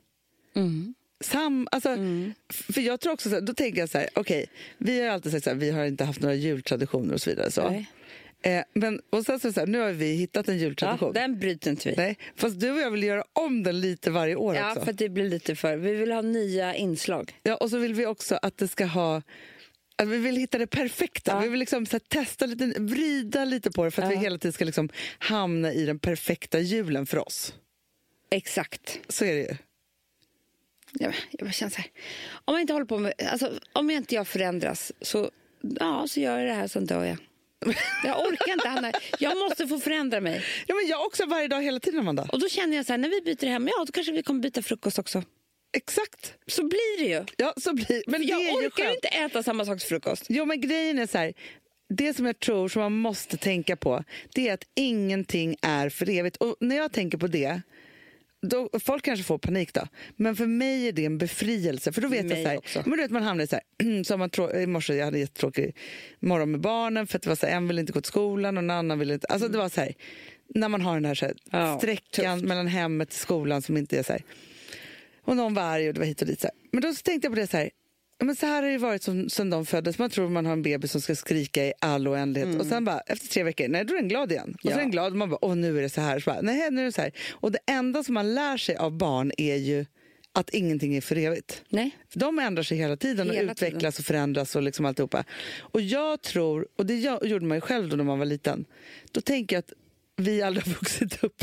För jag tror också så här, då tänker jag så här, okej, vi har alltid sagt så här, vi har inte haft några jultraditioner och så vidare så. Men och sen så här, nu har vi hittat en jultradition. Ja, den bryter inte vi. Nej, fast du och jag vill göra om den lite varje år också. Ja, för att det blir lite vi vill ha nya inslag. Ja, och så vill vi också att det ska ha, att vi vill hitta det perfekta. Ja. Vi vill liksom så här, testa lite, vrida lite på det för att vi hela tiden ska liksom hamna i den perfekta julen för oss. Exakt. Så är det ju. Ja, jag bara känner så här, om jag inte håller på med, alltså om jag inte förändras så gör jag det här, så dör jag. Jag orkar inte, Hanna. Jag måste få förändra mig. Ja, men jag också varje dag hela tiden, Amanda. Och då känner jag så här, när vi byter hem, då kanske vi kommer byta frukost också. Exakt. Så blir det ju. Ja, så blir. Men jag orkar inte äta samma sorts frukost. Jo, men grejen är så här, det som jag tror som man måste tänka på, det är att ingenting är för evigt. Och när jag tänker på det, då, folk kanske får panik då, men för mig är det en befrielse, för då vet jag så här, men du vet, man hamnar så här, som man i morse, jag hade jättetråkig morgon med barnen för att det var så här, en ville inte gå till skolan och en annan ville inte, alltså det var så här, när man har den här, sträckan mellan hemmet och skolan som inte är så här, och någon var arg och det var hit och dit så här. Men då så tänkte jag på det så här, men så här har det varit sedan de föddes. Man tror man har en bebis som ska skrika i all oändlighet. Och sen bara, efter 3 veckor, nej, då är den glad igen. Och så är den glad och man bara, nu är det så här. Så bara, nej, nu är det så här. Och det enda som man lär sig av barn är ju att ingenting är för evigt. Nej. För de ändrar sig hela tiden och utvecklas och förändras och liksom alltihopa. Och jag tror, och det gjorde man ju själv då när man var liten. Då tänker jag att vi aldrig har vuxit upp.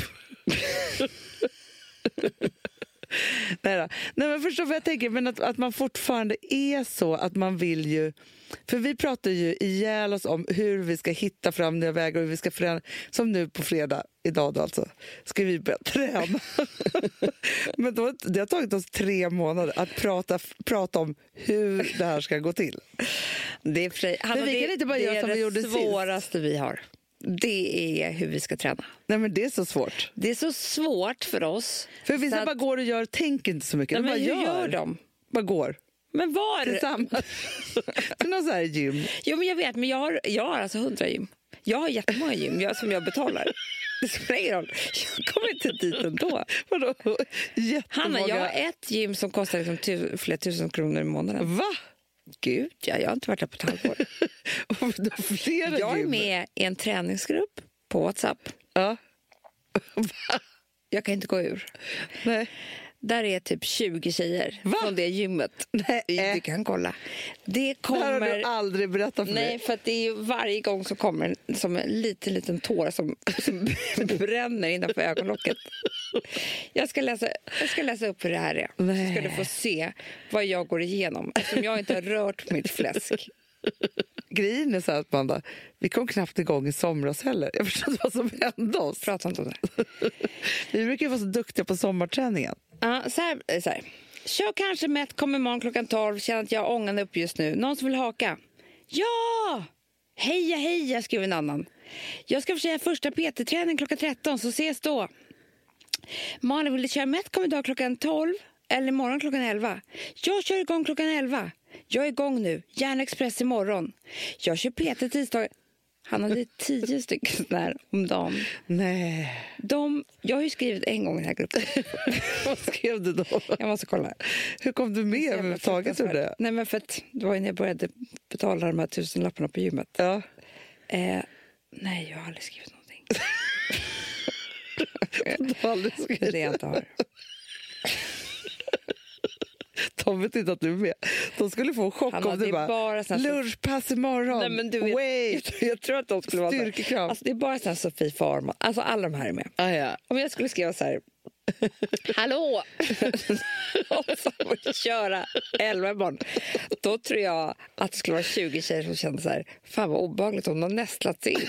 Nej, men förstår vad jag tänker, men att man fortfarande är så att man vill ju, för vi pratar ju ihjäl oss om hur vi ska hitta fram nya vägar och hur vi ska förändra, som nu på fredag, idag då alltså, ska vi börja träna. Men då, det har tagit oss 3 månader att prata om hur det här ska gå till. Det är för sig, men vi kan inte bara göra som vi gjorde sist. Det är det svåraste vi har. Det är hur vi ska träna. Nej, men det är så svårt. Det är så svårt för oss. För vissa bara går och gör, tänker inte så mycket. Nej, de bara hur gör de? Bara går. Men var? Tillsammans. Till någon så här gym. Jo, men jag vet, men jag har alltså 100 gym. Jag har jättemånga gym som jag betalar. Det spelar ingen roll. Jag kommer inte dit ändå. Vadå? Hanna, jag har ett gym som kostar liksom flera tusen kronor i månaden. Va? Gud, jag har inte varit där på ett halvår. Jag är med i en träningsgrupp på WhatsApp. Ja. Jag kan inte gå ur. Nej. Där är typ 20 tjejer från det gymmet. Nej. Du kan kolla. Det kommer... har du aldrig berättat för mig. Nej, för att det är ju varje gång som kommer som en liten tår som bränner innanför ögonlocket. Jag ska läsa upp hur det här är. Nej. Så ska du få se vad jag går igenom. Eftersom jag inte har rört mitt fläsk Grejen är så här, Amanda, vi kom knappt igång i somras heller. Jag förstår inte vad som hände oss. Prata inte om det. Vi brukar ju vara så duktiga på sommarträningen. Ja, så här. Kör kanske mätt, kommer imorgon klockan 12. Känner att jag har ångan upp just nu. Någon som vill haka? Ja! Heja, skriver en annan. Jag ska försöka första PT-träning klockan 13, så ses då. Malin, vill du köra mätt, kommer idag klockan 12 eller imorgon klockan 11? Jag kör igång klockan 11. Jag är igång nu. Gärna express imorgon. Jag kör PT tisdag. Han hade 10 stycken där om dagen. Nej. Jag har ju skrivit en gång i den här gruppen. Vad skrev du då? Jag måste kolla. Hur kom du med överhuvudtaget? Nej, men för att det var ju när jag började betala de här 1000-lapparna på gymmet. Ja. Nej, jag har aldrig skrivit någonting. Du har aldrig skrivit. Det är det jag inte har. De vet inte att du är med. De skulle få en chock om du bara lunchpass imorgon. Nej, men du vet, wait. Jag tror att de skulle vara styrkekrav. Alltså, det är bara så här Sofie Farman. Alltså alla de här är med. Ja. Om jag skulle skriva så här: hallå! Och så vill köra 11 barn. Då tror jag att det skulle vara 20 tjejer som kände så här: fan vad obehagligt om de nästlats in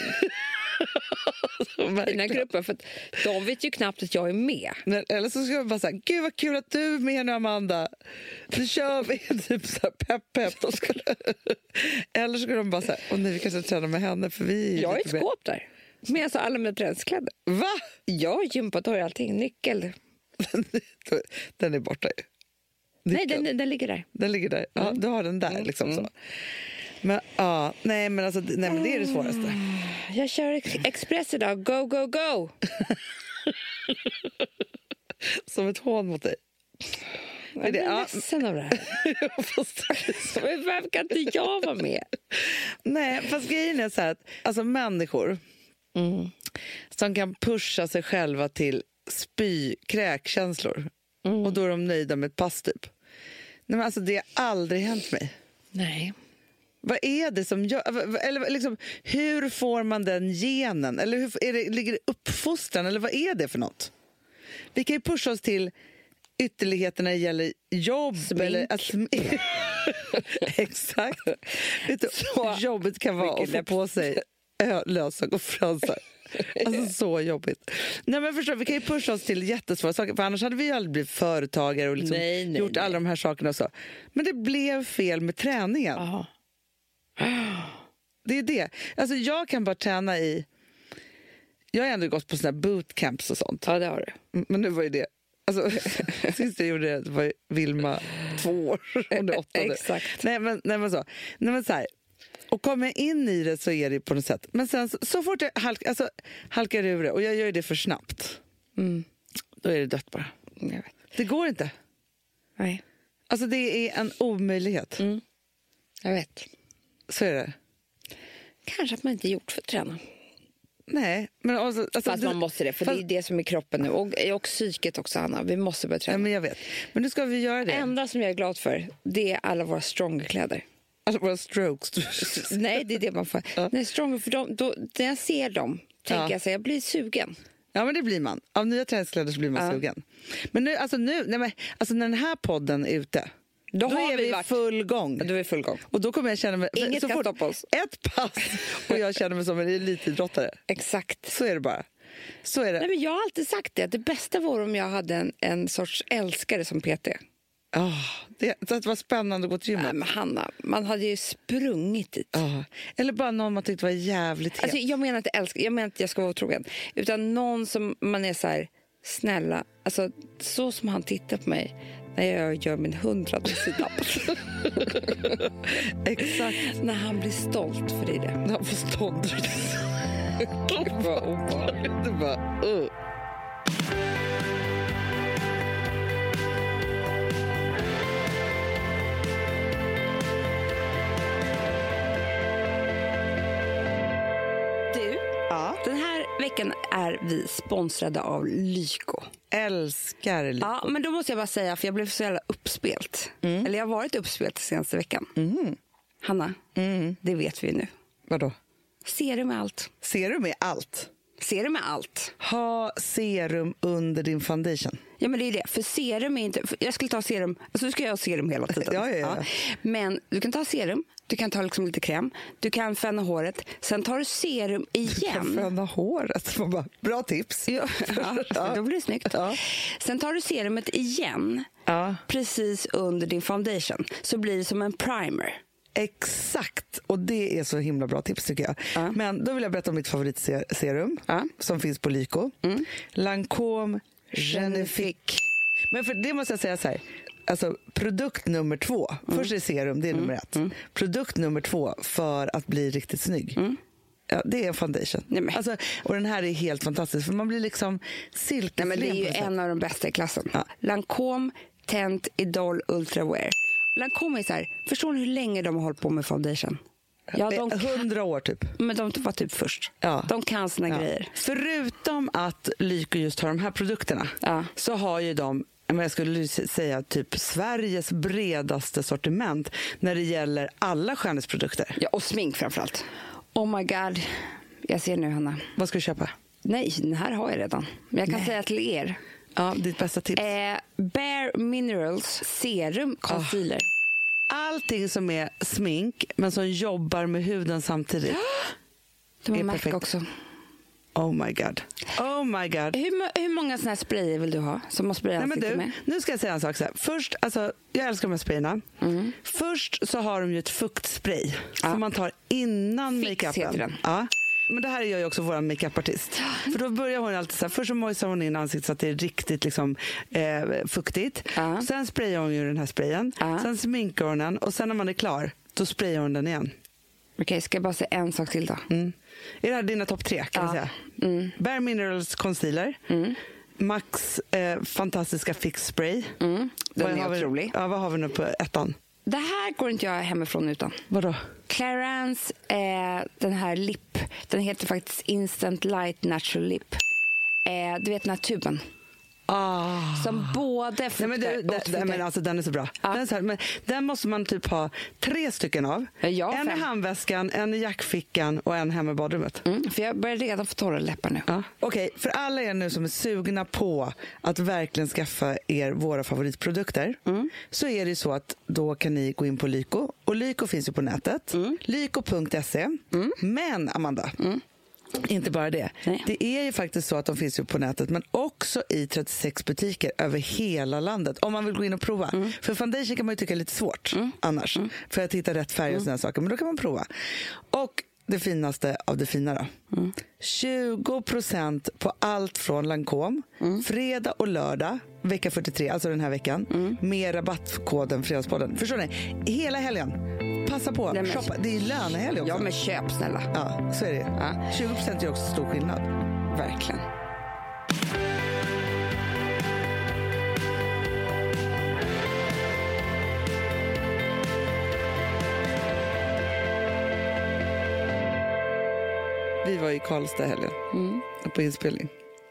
i den här gruppen, för att de vet ju knappt att jag är med. Eller så ska jag bara säga: gud vad kul att du är med nu, Amanda. Nu kör vi. Typ så här pepp. Eller så ska de bara säga: åh nej, vi kanske tränar med henne, för vi är jag är ett skåp där med alltså alla mina träningskläder. Va? Jag har gympatorg, allting, nyckel. Den är borta ju. Nyckeln. Nej, den ligger där. Den ligger där. Ja, du har den där liksom så. Men ja, nej men det är det svåraste. Jag kör express idag. Go, go, go. Som ett hån mot dig. Jag är ledsen av det här. Varför kan inte jag vara med? Nej, fast grejen är så här att alltså människor som kan pusha sig själva till kräkkänslor och då är de nöjda med ett pass typ. Nej, men alltså det har aldrig hänt mig. Nej. Vad är det som gör, eller liksom, hur får man den genen? Eller ligger det uppfostran? Eller vad är det för något? Vi kan ju pusha oss till ytterligheter när det gäller jobb. Eller exakt. Vet du, så jobbet kan vara att få på sig lösök och fransar. Alltså så jobbigt. Nej, men förstår, vi kan ju pusha oss till jättesvåra saker, för annars hade vi ju aldrig blivit företagare och liksom gjort alla de här sakerna och så. Men det blev fel med träningen. Aha. Det är det. Alltså jag kan bara träna i... Jag har ändå gått på såna här bootcamps och sånt. Ja, det har du. Men nu var ju det... Alltså, sist jag gjorde det var ju Vilma 2 år. Under 8. Exakt. Nej, men så här. Och kommer jag in i det så är det på något sätt. Men sen så fort jag halkar ur det, och jag gör det för snabbt, då är det dött bara. Jag vet. Det går inte. Nej. Alltså det är en omöjlighet. Jag vet. Så är det. Kanske att man inte är gjort för att träna. Nej, men alltså, fast man måste det, för det är det som är kroppen nu. Och psyket också, Anna. Vi måste börja träna. Ja, men jag vet. Men nu ska vi göra det. Det enda som jag är glad för, det är alla våra Stronger-kläder. Alla våra strokes. Nej, det är det man får. Ja. Nej, Stronger, för när jag ser dem tänker jag så jag blir sugen. Ja, men det blir man. Av nya träningskläder så blir man sugen. Men nu, när den här podden är ute, då är vi full gång. Då är vi full gång. Och då kommer jag känna mig... Inget kan stoppa oss. Ett pass och jag känner mig som en elitidrottare. Exakt. Så är det bara. Så är det. Nej, men jag har alltid sagt det. Det bästa vore om jag hade en sorts älskare som PT. Det var spännande att gå till gymmet. Nej, men Hanna, man hade ju sprungit dit. Eller bara någon man tyckte var jävligt het. Alltså, jag menar inte älskar, jag menar inte jag ska vara otrogen. Utan någon som man är så här, snälla. Alltså, så som han tittar på mig när jag gör min 100:e sit-up. Exakt. När han blir stolt, för det är det. När han får stolt. Gud vad obehagligt. Det bara... Den här veckan är vi sponsrade av Lyko. Älskar Lyko. Ja, men då måste jag bara säga, för jag blev så jävla uppspelt. Eller jag har varit uppspelt senaste veckan. Hanna, det vet vi ju nu. Vadå? Serum är allt. Serum är allt? Serum är allt. Ha serum under din foundation. Ja, men det är det. För serum är inte... Jag skulle ta serum... Alltså, du ska ha serum hela tiden. Ja. Men du kan ta serum Du kan ta liksom lite kräm. Du kan fönna håret. Sen tar du serum igen. Fönna håret. Bra tips. Ja, då blir det snyggt. Ja. Sen tar du serumet igen. Ja. Precis under din foundation. Så blir det som en primer. Exakt. Och det är så himla bra tips tycker jag. Ja. Men då vill jag berätta om mitt favoritserum. Som finns på Lyko. Lancôme Genifique. Men för det måste jag säga så här. Alltså produkt nummer 2. Först är serum, det är nummer 1. Produkt nummer 2 för att bli riktigt snygg. Ja, det är foundation. Alltså, och den här är helt fantastisk. För man blir liksom silkeslen. Det är ju en av de bästa i klassen. Lancôme Tent Idol Ultra Wear. Lancôme är så här, förstår ni hur länge de har hållit på med foundation? Ja, 100 år typ. Men de var typ först. Ja. De kan sina grejer. Förutom att Lyko just har de här produkterna så har ju de, jag skulle säga typ Sveriges bredaste sortiment när det gäller alla skönhetsprodukter. Ja, och smink framförallt. Oh my god. Jag ser nu, Hanna. Vad ska du köpa? Nej, den här har jag redan. Men jag kan säga till er. Ja, ditt bästa tips. Bare Minerals Serum Concealer. Allting som är smink men som jobbar med huden samtidigt. De har märkt också. Oh my god. Oh my god. Hur många såna här sprayer vill du ha som man sprayar ansiktet med? Nu ska jag säga en sak så här. Först, alltså, jag älskar de här sprayerna. Först så har de ju ett fuktspray som man tar innan makeupen. Ja. Men det här gör ju också vår makeupartist. För då börjar hon alltid så här, först så moisar hon in ansiktet så att det är riktigt liksom, fuktigt. Sen sprayar hon ju den här sprayen. Sen sminkar hon den och sen när man är klar, då sprayar hon den igen. Okej, ska jag bara säga en sak till då? Är det här dina topp 3 kan jag säga? Bare Minerals Concealer. Max fantastiska Fix Spray. Den är otrolig. Ja, vad har vi nu på 1:an? Det här går inte jag hemifrån utan. Vadå? Clarins, den här lip. Den heter faktiskt Instant Light Natural Lip. Du vet den här tuben. Som både men alltså, den är så bra. Den, är så här, men den måste man typ ha 3 stycken av. En i handväskan, en i jackfickan och en hemma i badrummet. För jag börjar redan få torra läppar nu. Okej, för alla er nu som är sugna på att verkligen skaffa er våra favoritprodukter, så är det så att då kan ni gå in på Lyko. Och Lyko finns ju på nätet. Lyko.se. Men Amanda, inte bara det. Nej. Det är ju faktiskt så att de finns ju på nätet men också i 36 butiker över hela landet om man vill gå in och prova. För foundation kan man ju tycka är lite svårt annars för att hitta rätt färg och såna saker, men då kan man prova. Och det finaste av det fina då. 20% på allt från Lancôme fredag och lördag vecka 43, alltså den här veckan med rabattkoden Fredagspodden. Förstår ni? Hela helgen. Passa på. Shoppa. Det är lönehelg också. Ja, men köp snälla. Ja, så är det. 20% är också stor skillnad. Verkligen. Vi var i Karlstad helgen på inspelning.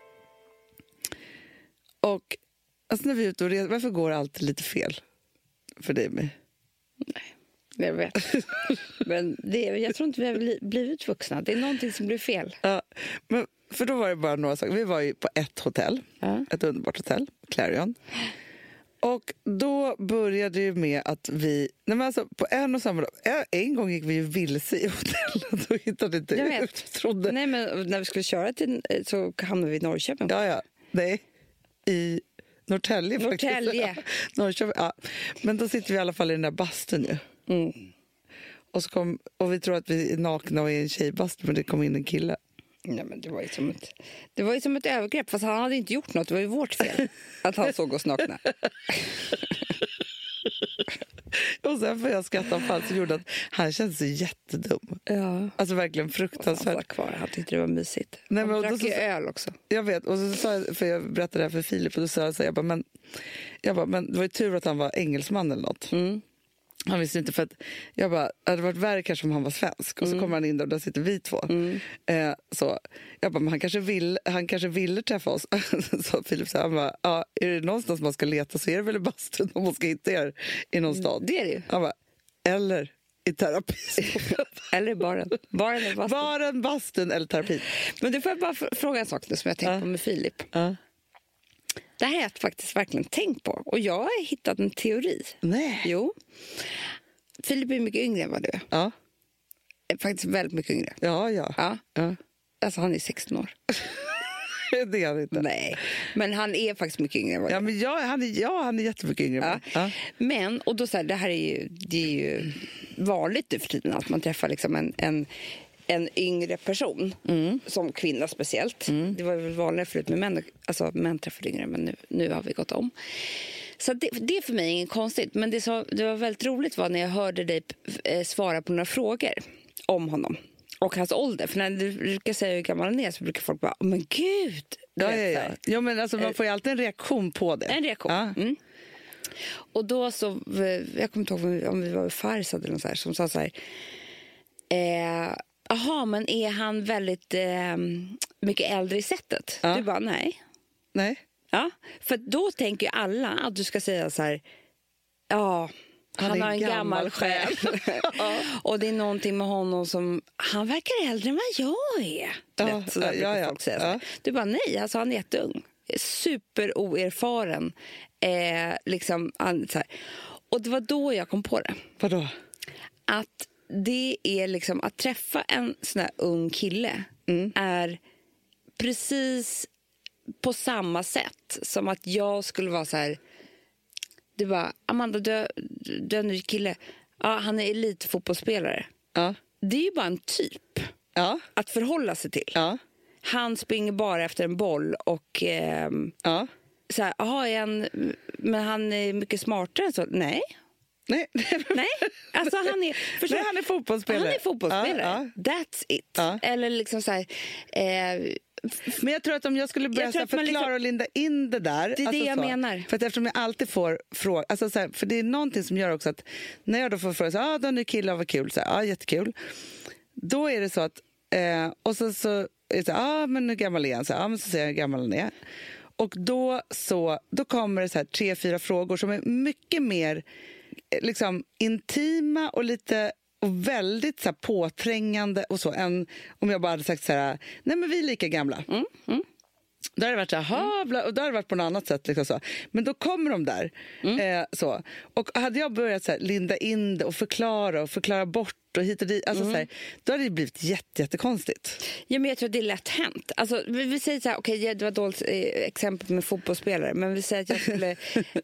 Och alltså när vi är ute och reser, varför går allt lite fel för dig och mig? Nej. Jag vet. Men jag tror inte vi har blivit vuxna. Det är någonting som blir fel. Ja, men för då var det bara några saker. Vi var ju på ett hotell. Ett underbart hotell. Clarion. Och då började det med att vi... Nej men alltså, på en och samma dag... En gång gick vi ju vilse i hotellet och hittade inte jag vet. Trodde. Nej, men när vi skulle köra till så hamnade vi i Norrköping. Ja. Nej. I Norrtälje. Norrköping, ja. Men då sitter vi i alla fall i den där bastun nu. Och vi tror att vi är nakna och är en tjejbastu, men det kom in en kille. Nej, men det var ju som ett övergrepp, fast han hade inte gjort något. Det var ju vårt fel att han såg oss nakna. Och sen får jag skattanfall som gjorde att han kände sig jättedum. Ja. Alltså verkligen fruktansvärt. Han kvar, han tyckte det var mysigt. Nej, han drack ju öl också. Jag vet, och så sa jag, för jag berättade det här för Filip, och då sa jag så här, men det var ju tur att han var engelsman eller något. Han visste inte, för att jag bara, det hade varit värre kanske om han var svensk. Och så kommer han in där sitter vi två. Så jag bara, men han kanske ville träffa oss. Så Filip sa, han bara, ja, är det någonstans man ska leta så är det väl i bastun om man ska hitta er i någon stad. Det är det ju. Han bara, eller i terapi. Eller i baren. Baren, bastun eller terapi. Men du får jag bara fråga en sak nu som jag tänkte på med Filip. Det här har jag faktiskt verkligen tänkt på. Och jag har hittat en teori. Nej. Jo. Filip är mycket yngre än vad du är. Ja. Faktiskt väldigt mycket yngre. Ja. Alltså han är 16 år. Det är han inte. Nej, men han är faktiskt mycket yngre än vad du är. Men han är jättemycket yngre. Ja. Men, och då så här, det är ju vanligt nu för tiden att man träffar liksom en yngre person, som kvinna speciellt. Det var väl vanligare förut med män, alltså män träffade yngre, men nu har vi gått om. Så det är för mig inget konstigt, men det var väldigt roligt var när jag hörde dig svara på några frågor om honom och hans ålder. För när du brukar säga hur gammal han är så brukar folk bara, men gud! Ja, men alltså man får ju alltid en reaktion på det. En reaktion. Ja. Och då så, jag kommer inte ihåg om vi var i Farsad eller något så här, som sa så här, jaha, men är han väldigt mycket äldre i sättet? Du bara, nej. Ja, för då tänker ju alla att du ska säga så här, ja, han har en gammal själ. Och det är någonting med honom som, han verkar äldre än vad jag är. Folk säga. Du bara, nej, alltså han är jätteung. Superoerfaren. Liksom, så här. Och det var då jag kom på det. Vadå? Att det är liksom, att träffa en sån här ung kille är precis på samma sätt som att jag skulle vara så här, du bara, Amanda, du är en ny kille. Ja, han är elitfotbollsspelare. Ja. Det är ju bara en typ att förhålla sig till. Ja. Han springer bara efter en boll och så här, men han är mycket smartare. Så, nej, alltså han är fotbollsspelare. Han är fotbollsspelare. That's it. Eller liksom så här, men jag tror att om jag skulle börja förklara liksom, och linda in det där. Det är alltså det jag menar. För att eftersom jag alltid får frågor. Alltså så här, för det är någonting som gör också att när jag då får fråga så här, då är ni killar, vad kul. Så här, jättekul. Då är det så att och så är det så här, men hur gammal är han? Så här, men så säger jag hur gammal han är. Och då kommer det så här 3-4 frågor som är mycket mer liksom intima och lite och väldigt så här, påträngande och så än om jag bara hade sagt så här, nej men vi är lika gamla. Då har det varit så här, och då har det varit på något annat sätt liksom så. Men då kommer de där så. Och hade jag börjat så här, linda in det och förklara bort och hit och dit, alltså så här, då hade det blivit jättekonstigt. Ja, men jag tror att det är lätt hänt. Alltså, vi säger så här, okej, det var ett dåligt exempel med fotbollsspelare, men vi säger att jag skulle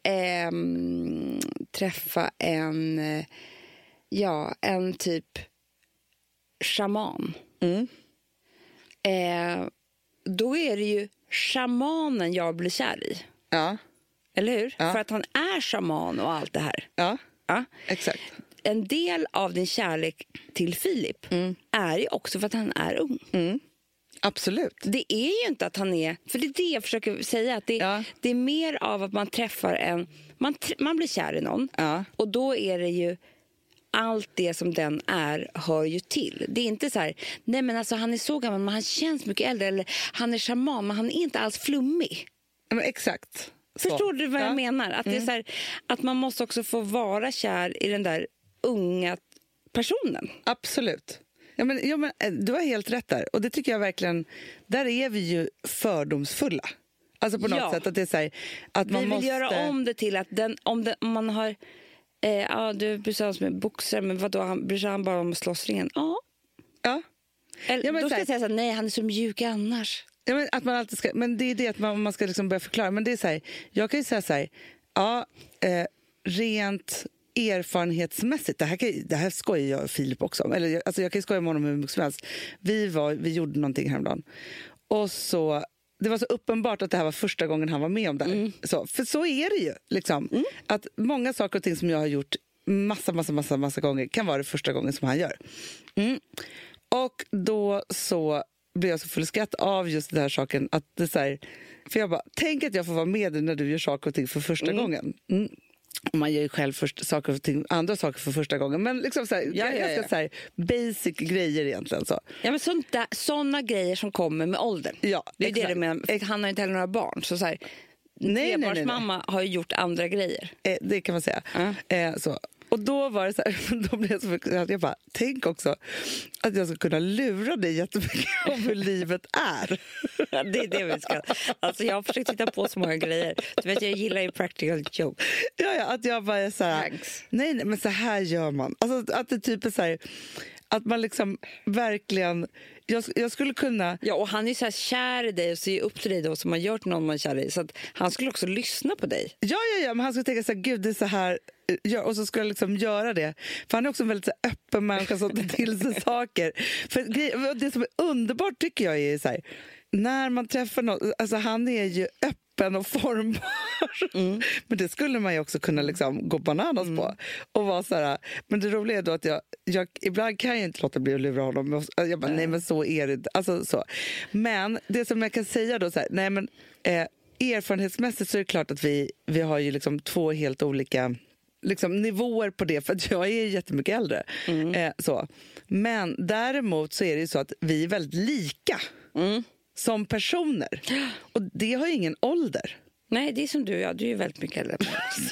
träffa en typ shaman. Då är det ju shamanen jag blir kär i. Ja. Eller hur? Ja. För att han är shaman och allt det här. Ja, exakt. En del av din kärlek till Filip är ju också för att han är ung. Absolut. Det är ju inte att han är, för det är det jag försöker säga, att det är mer av att man träffar man blir kär i någon och då är det ju allt det som den hör ju till. Det är inte så här, nej men alltså han är så gammal men han känns mycket äldre, eller han är shaman men han är inte alls flummig. Men exakt. Förstår du vad jag menar? Att det är så här, att man måste också få vara kär i den där unga personen. Absolut. Ja, men du har helt rätt där. Och det tycker jag verkligen, där är vi ju fördomsfulla. Alltså på något sätt att det är så här, att man måste... Vi vill göra om det till att om man har du bryr sig med boxare, men vadå, bryr sig han bara om slåssringen? Ja. Eller, då ska jag säga så här, nej, han är så mjuk annars. Ja, men att man alltid ska, men det är det att man ska liksom börja förklara. Men det är så här, jag kan ju säga så här, rent erfarenhetsmässigt, det här skojar jag och Filip också om. Eller, alltså jag kan ju skoja med honom hur mycket som helst. Vi gjorde någonting häromdagen. Och så, det var så uppenbart att det här var första gången han var med om det här. För så är det ju. Liksom. Att många saker och ting som jag har gjort massa gånger kan vara det första gången som han gör. Och då så blev jag så full skratt av just den här saken. Att det är så här, för jag bara, tänk att jag får vara med när du gör saker och ting för första gången. Man gör ju själv andra saker för första gången. Men liksom så här, ganska så här basic grejer egentligen. Så. Ja, men sådana grejer som kommer med åldern. Ja, det är det du menar. Han har inte heller några barn. Så här, trebarnsmamma har ju gjort andra grejer. Det kan man säga. Så. Och då var det så här, då blev jag så frustrerad. Jag bara, tänk också att jag ska kunna lura dig jättemycket om hur livet är. Ja, det är det vi ska. Alltså jag har försökt titta på så många grejer. Du vet, jag gillar ju practical joke. Ja, att jag bara är så här, nej, men så här gör man. Alltså att det typ är så här, att man liksom verkligen, jag skulle kunna... Ja, och han är så här kär i dig och ser upp till dig då som man gör till någon man är kär i. Så att han skulle också lyssna på dig. Ja, men han skulle tänka så här, gud det är så här, och så skulle jag liksom göra det. För han är också en väldigt så här, öppen människa som tar till sig saker. För det som är underbart tycker jag är så här, när man träffar någon, alltså han är ju öppen och formbar. Men det skulle man ju också kunna liksom gå bananas på. Och vara så här, men det roliga är då att jag ibland kan jag inte låta bli att lura honom. Jag bara, nej men så är det. Alltså, så. Men det som jag kan säga då så här, nej men erfarenhetsmässigt så är det klart att vi har ju liksom 2 helt olika liksom nivåer på det, för att jag är jättemycket äldre. Så. Men däremot så är det ju så att vi är väldigt lika som personer. Och det har ju ingen ålder. Nej, det är som du är ju väldigt mycket äldre.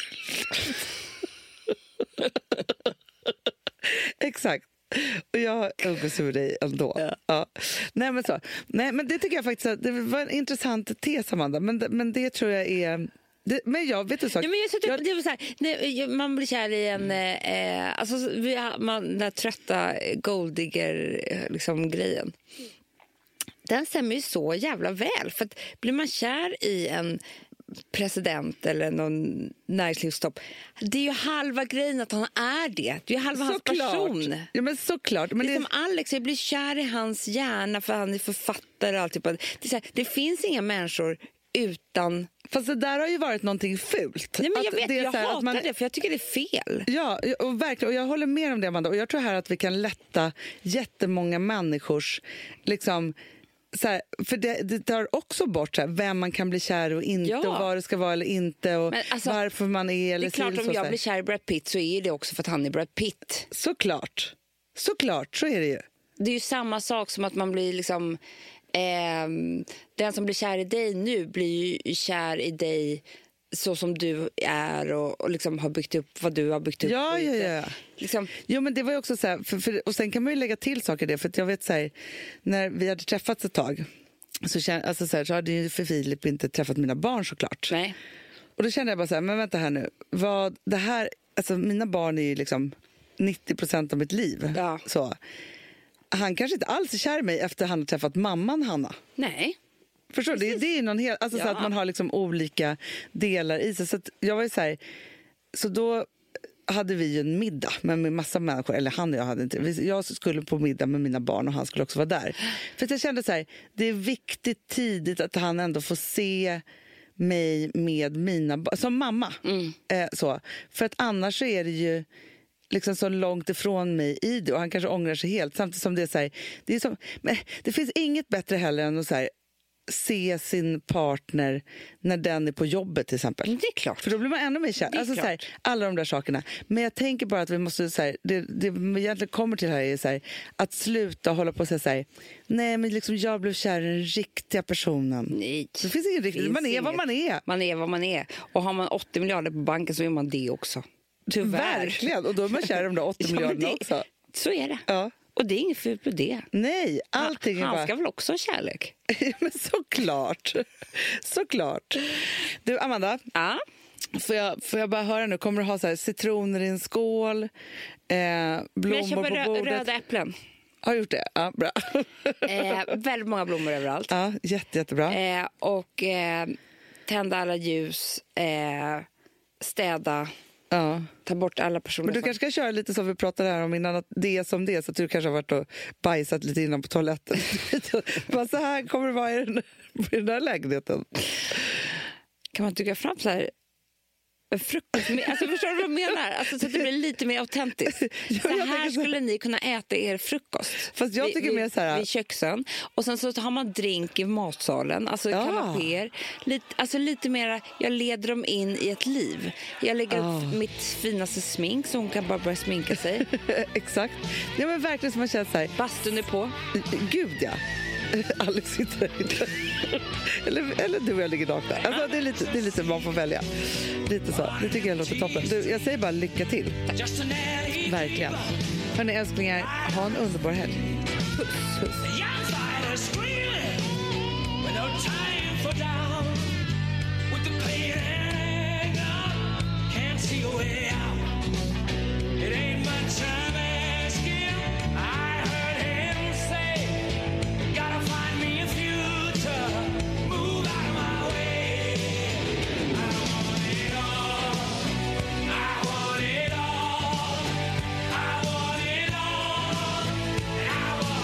Exakt. Och jag umgås med dig ändå. Ja. Nej, men så. Nej, men det tycker jag faktiskt att det var en intressant tes, Amanda. Men det tror jag är... men jag vet du så. Ja, men det var så här, man blir kär i en alltså den där trötta golddigger liksom grejen. Den stämmer ju så jävla väl, för att blir man kär i en president eller någon näringslivstopp, det är ju halva grejen att han är det. Det är ju halva hans person. Ja, men såklart. Men det är som Alex, jag blir kär i hans hjärna för han är författare och allt typ. Det finns inga människor utan... Fast det där har ju varit någonting fult. Nej, men jag vet, jag hatar hatar det för jag tycker det är fel. Ja, och verkligen. Och jag håller med om det, Amanda. Och jag tror här att vi kan lätta jättemånga människors liksom... Så här, för det tar också bort så här, vem man kan bli kär och inte och vad det ska vara eller inte och alltså, varför man är eller det är klart om jag blir kär i Brad Pitt så är det också för att han är Brad Pitt. Såklart, så är det ju. Det är ju samma sak som att man blir liksom den som blir kär i dig nu blir ju kär i dig så som du är och liksom har byggt upp vad du har byggt upp. Ja. Liksom. Jo, men det var ju också så här, och sen kan man ju lägga till saker det, för att jag vet så här, när vi hade träffats ett tag så hade ju för Filip inte träffat mina barn såklart. Nej. Och då kände jag bara så här, men vänta här nu, det här, alltså mina barn är ju liksom 90% av mitt liv. Ja. Så han kanske inte alls är kär i mig efter han har träffat mamman Hanna. Nej. Förstår du? Det är någon helt, alltså så att man har liksom olika delar i sig. Så att jag var ju så här, så då hade vi ju en middag med massa människor, eller han och jag hade inte. Jag skulle på middag med mina barn och han skulle också vara där. För att jag kände så här, det är viktigt tidigt att han ändå får se mig med mina barn, som mamma. Så. För att annars så är det ju liksom så långt ifrån mig i det och han kanske ångrar sig helt. Samtidigt som det är så här, det är som, men det finns inget bättre heller än att så här, se sin partner när den är på jobbet till exempel. Det är klart. För då blir man ännu mer kär. Alltså, så här, alla de där sakerna. Men jag tänker bara att vi måste så här, det vi egentligen kommer till här är så här, att sluta hålla på och säga så här, nej men liksom jag blev kär i den riktiga personen. Nej. Det finns ingen riktigt. Man är vad man är. Man är vad man är. Och har man 80 miljarder på banken så är man det också. Tyvärr. Verkligen. Och då är man kär i de där 80 miljarderna också. Så är det. Ja. Och det är inget fult på det. Nej, allting är bara... Han ska väl också ha kärlek? Men såklart. Du, Amanda. Ja? Får jag bara höra nu, kommer du ha så här citroner i en skål, blommor på bordet? Röda äpplen. Har du gjort det? Ja, bra. Väldigt många blommor överallt. Ja, jättebra. Och tända alla ljus, städa. Ja. Ta bort alla personer. Men du kanske ska köra lite som vi pratade här om innan, att det är som det är, så att du kanske har varit och bajsat lite innan på toaletten. Bara så här kommer det vara i den där lägenheten. Kan man tycka fram så här frukost? Alltså förstår du vad jag menar? Alltså, så att det blir lite mer autentiskt. Så här skulle ni kunna äta er frukost. Fast jag tycker mer så här... Vid köksen. Och sen så har man drink i matsalen. Alltså kanapéer. Lite mer, jag leder dem in i ett liv. Jag lägger upp mitt finaste smink så hon kan bara börja sminka sig. Exakt. Ja, men verkligen som man känner så här. Bastun är på. Gud, ja. Alex sitter där inte. eller du och jag ligger nakna. Alltså, det är lite man får välja. Lite så. Det tycker jag låter toppen. Jag säger bara lycka till. Verkligen. Hörrni älsklingar, ha en underbar helg. Puss.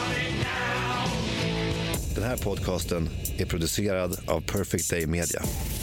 Den här podcasten är producerad av Perfect Day Media.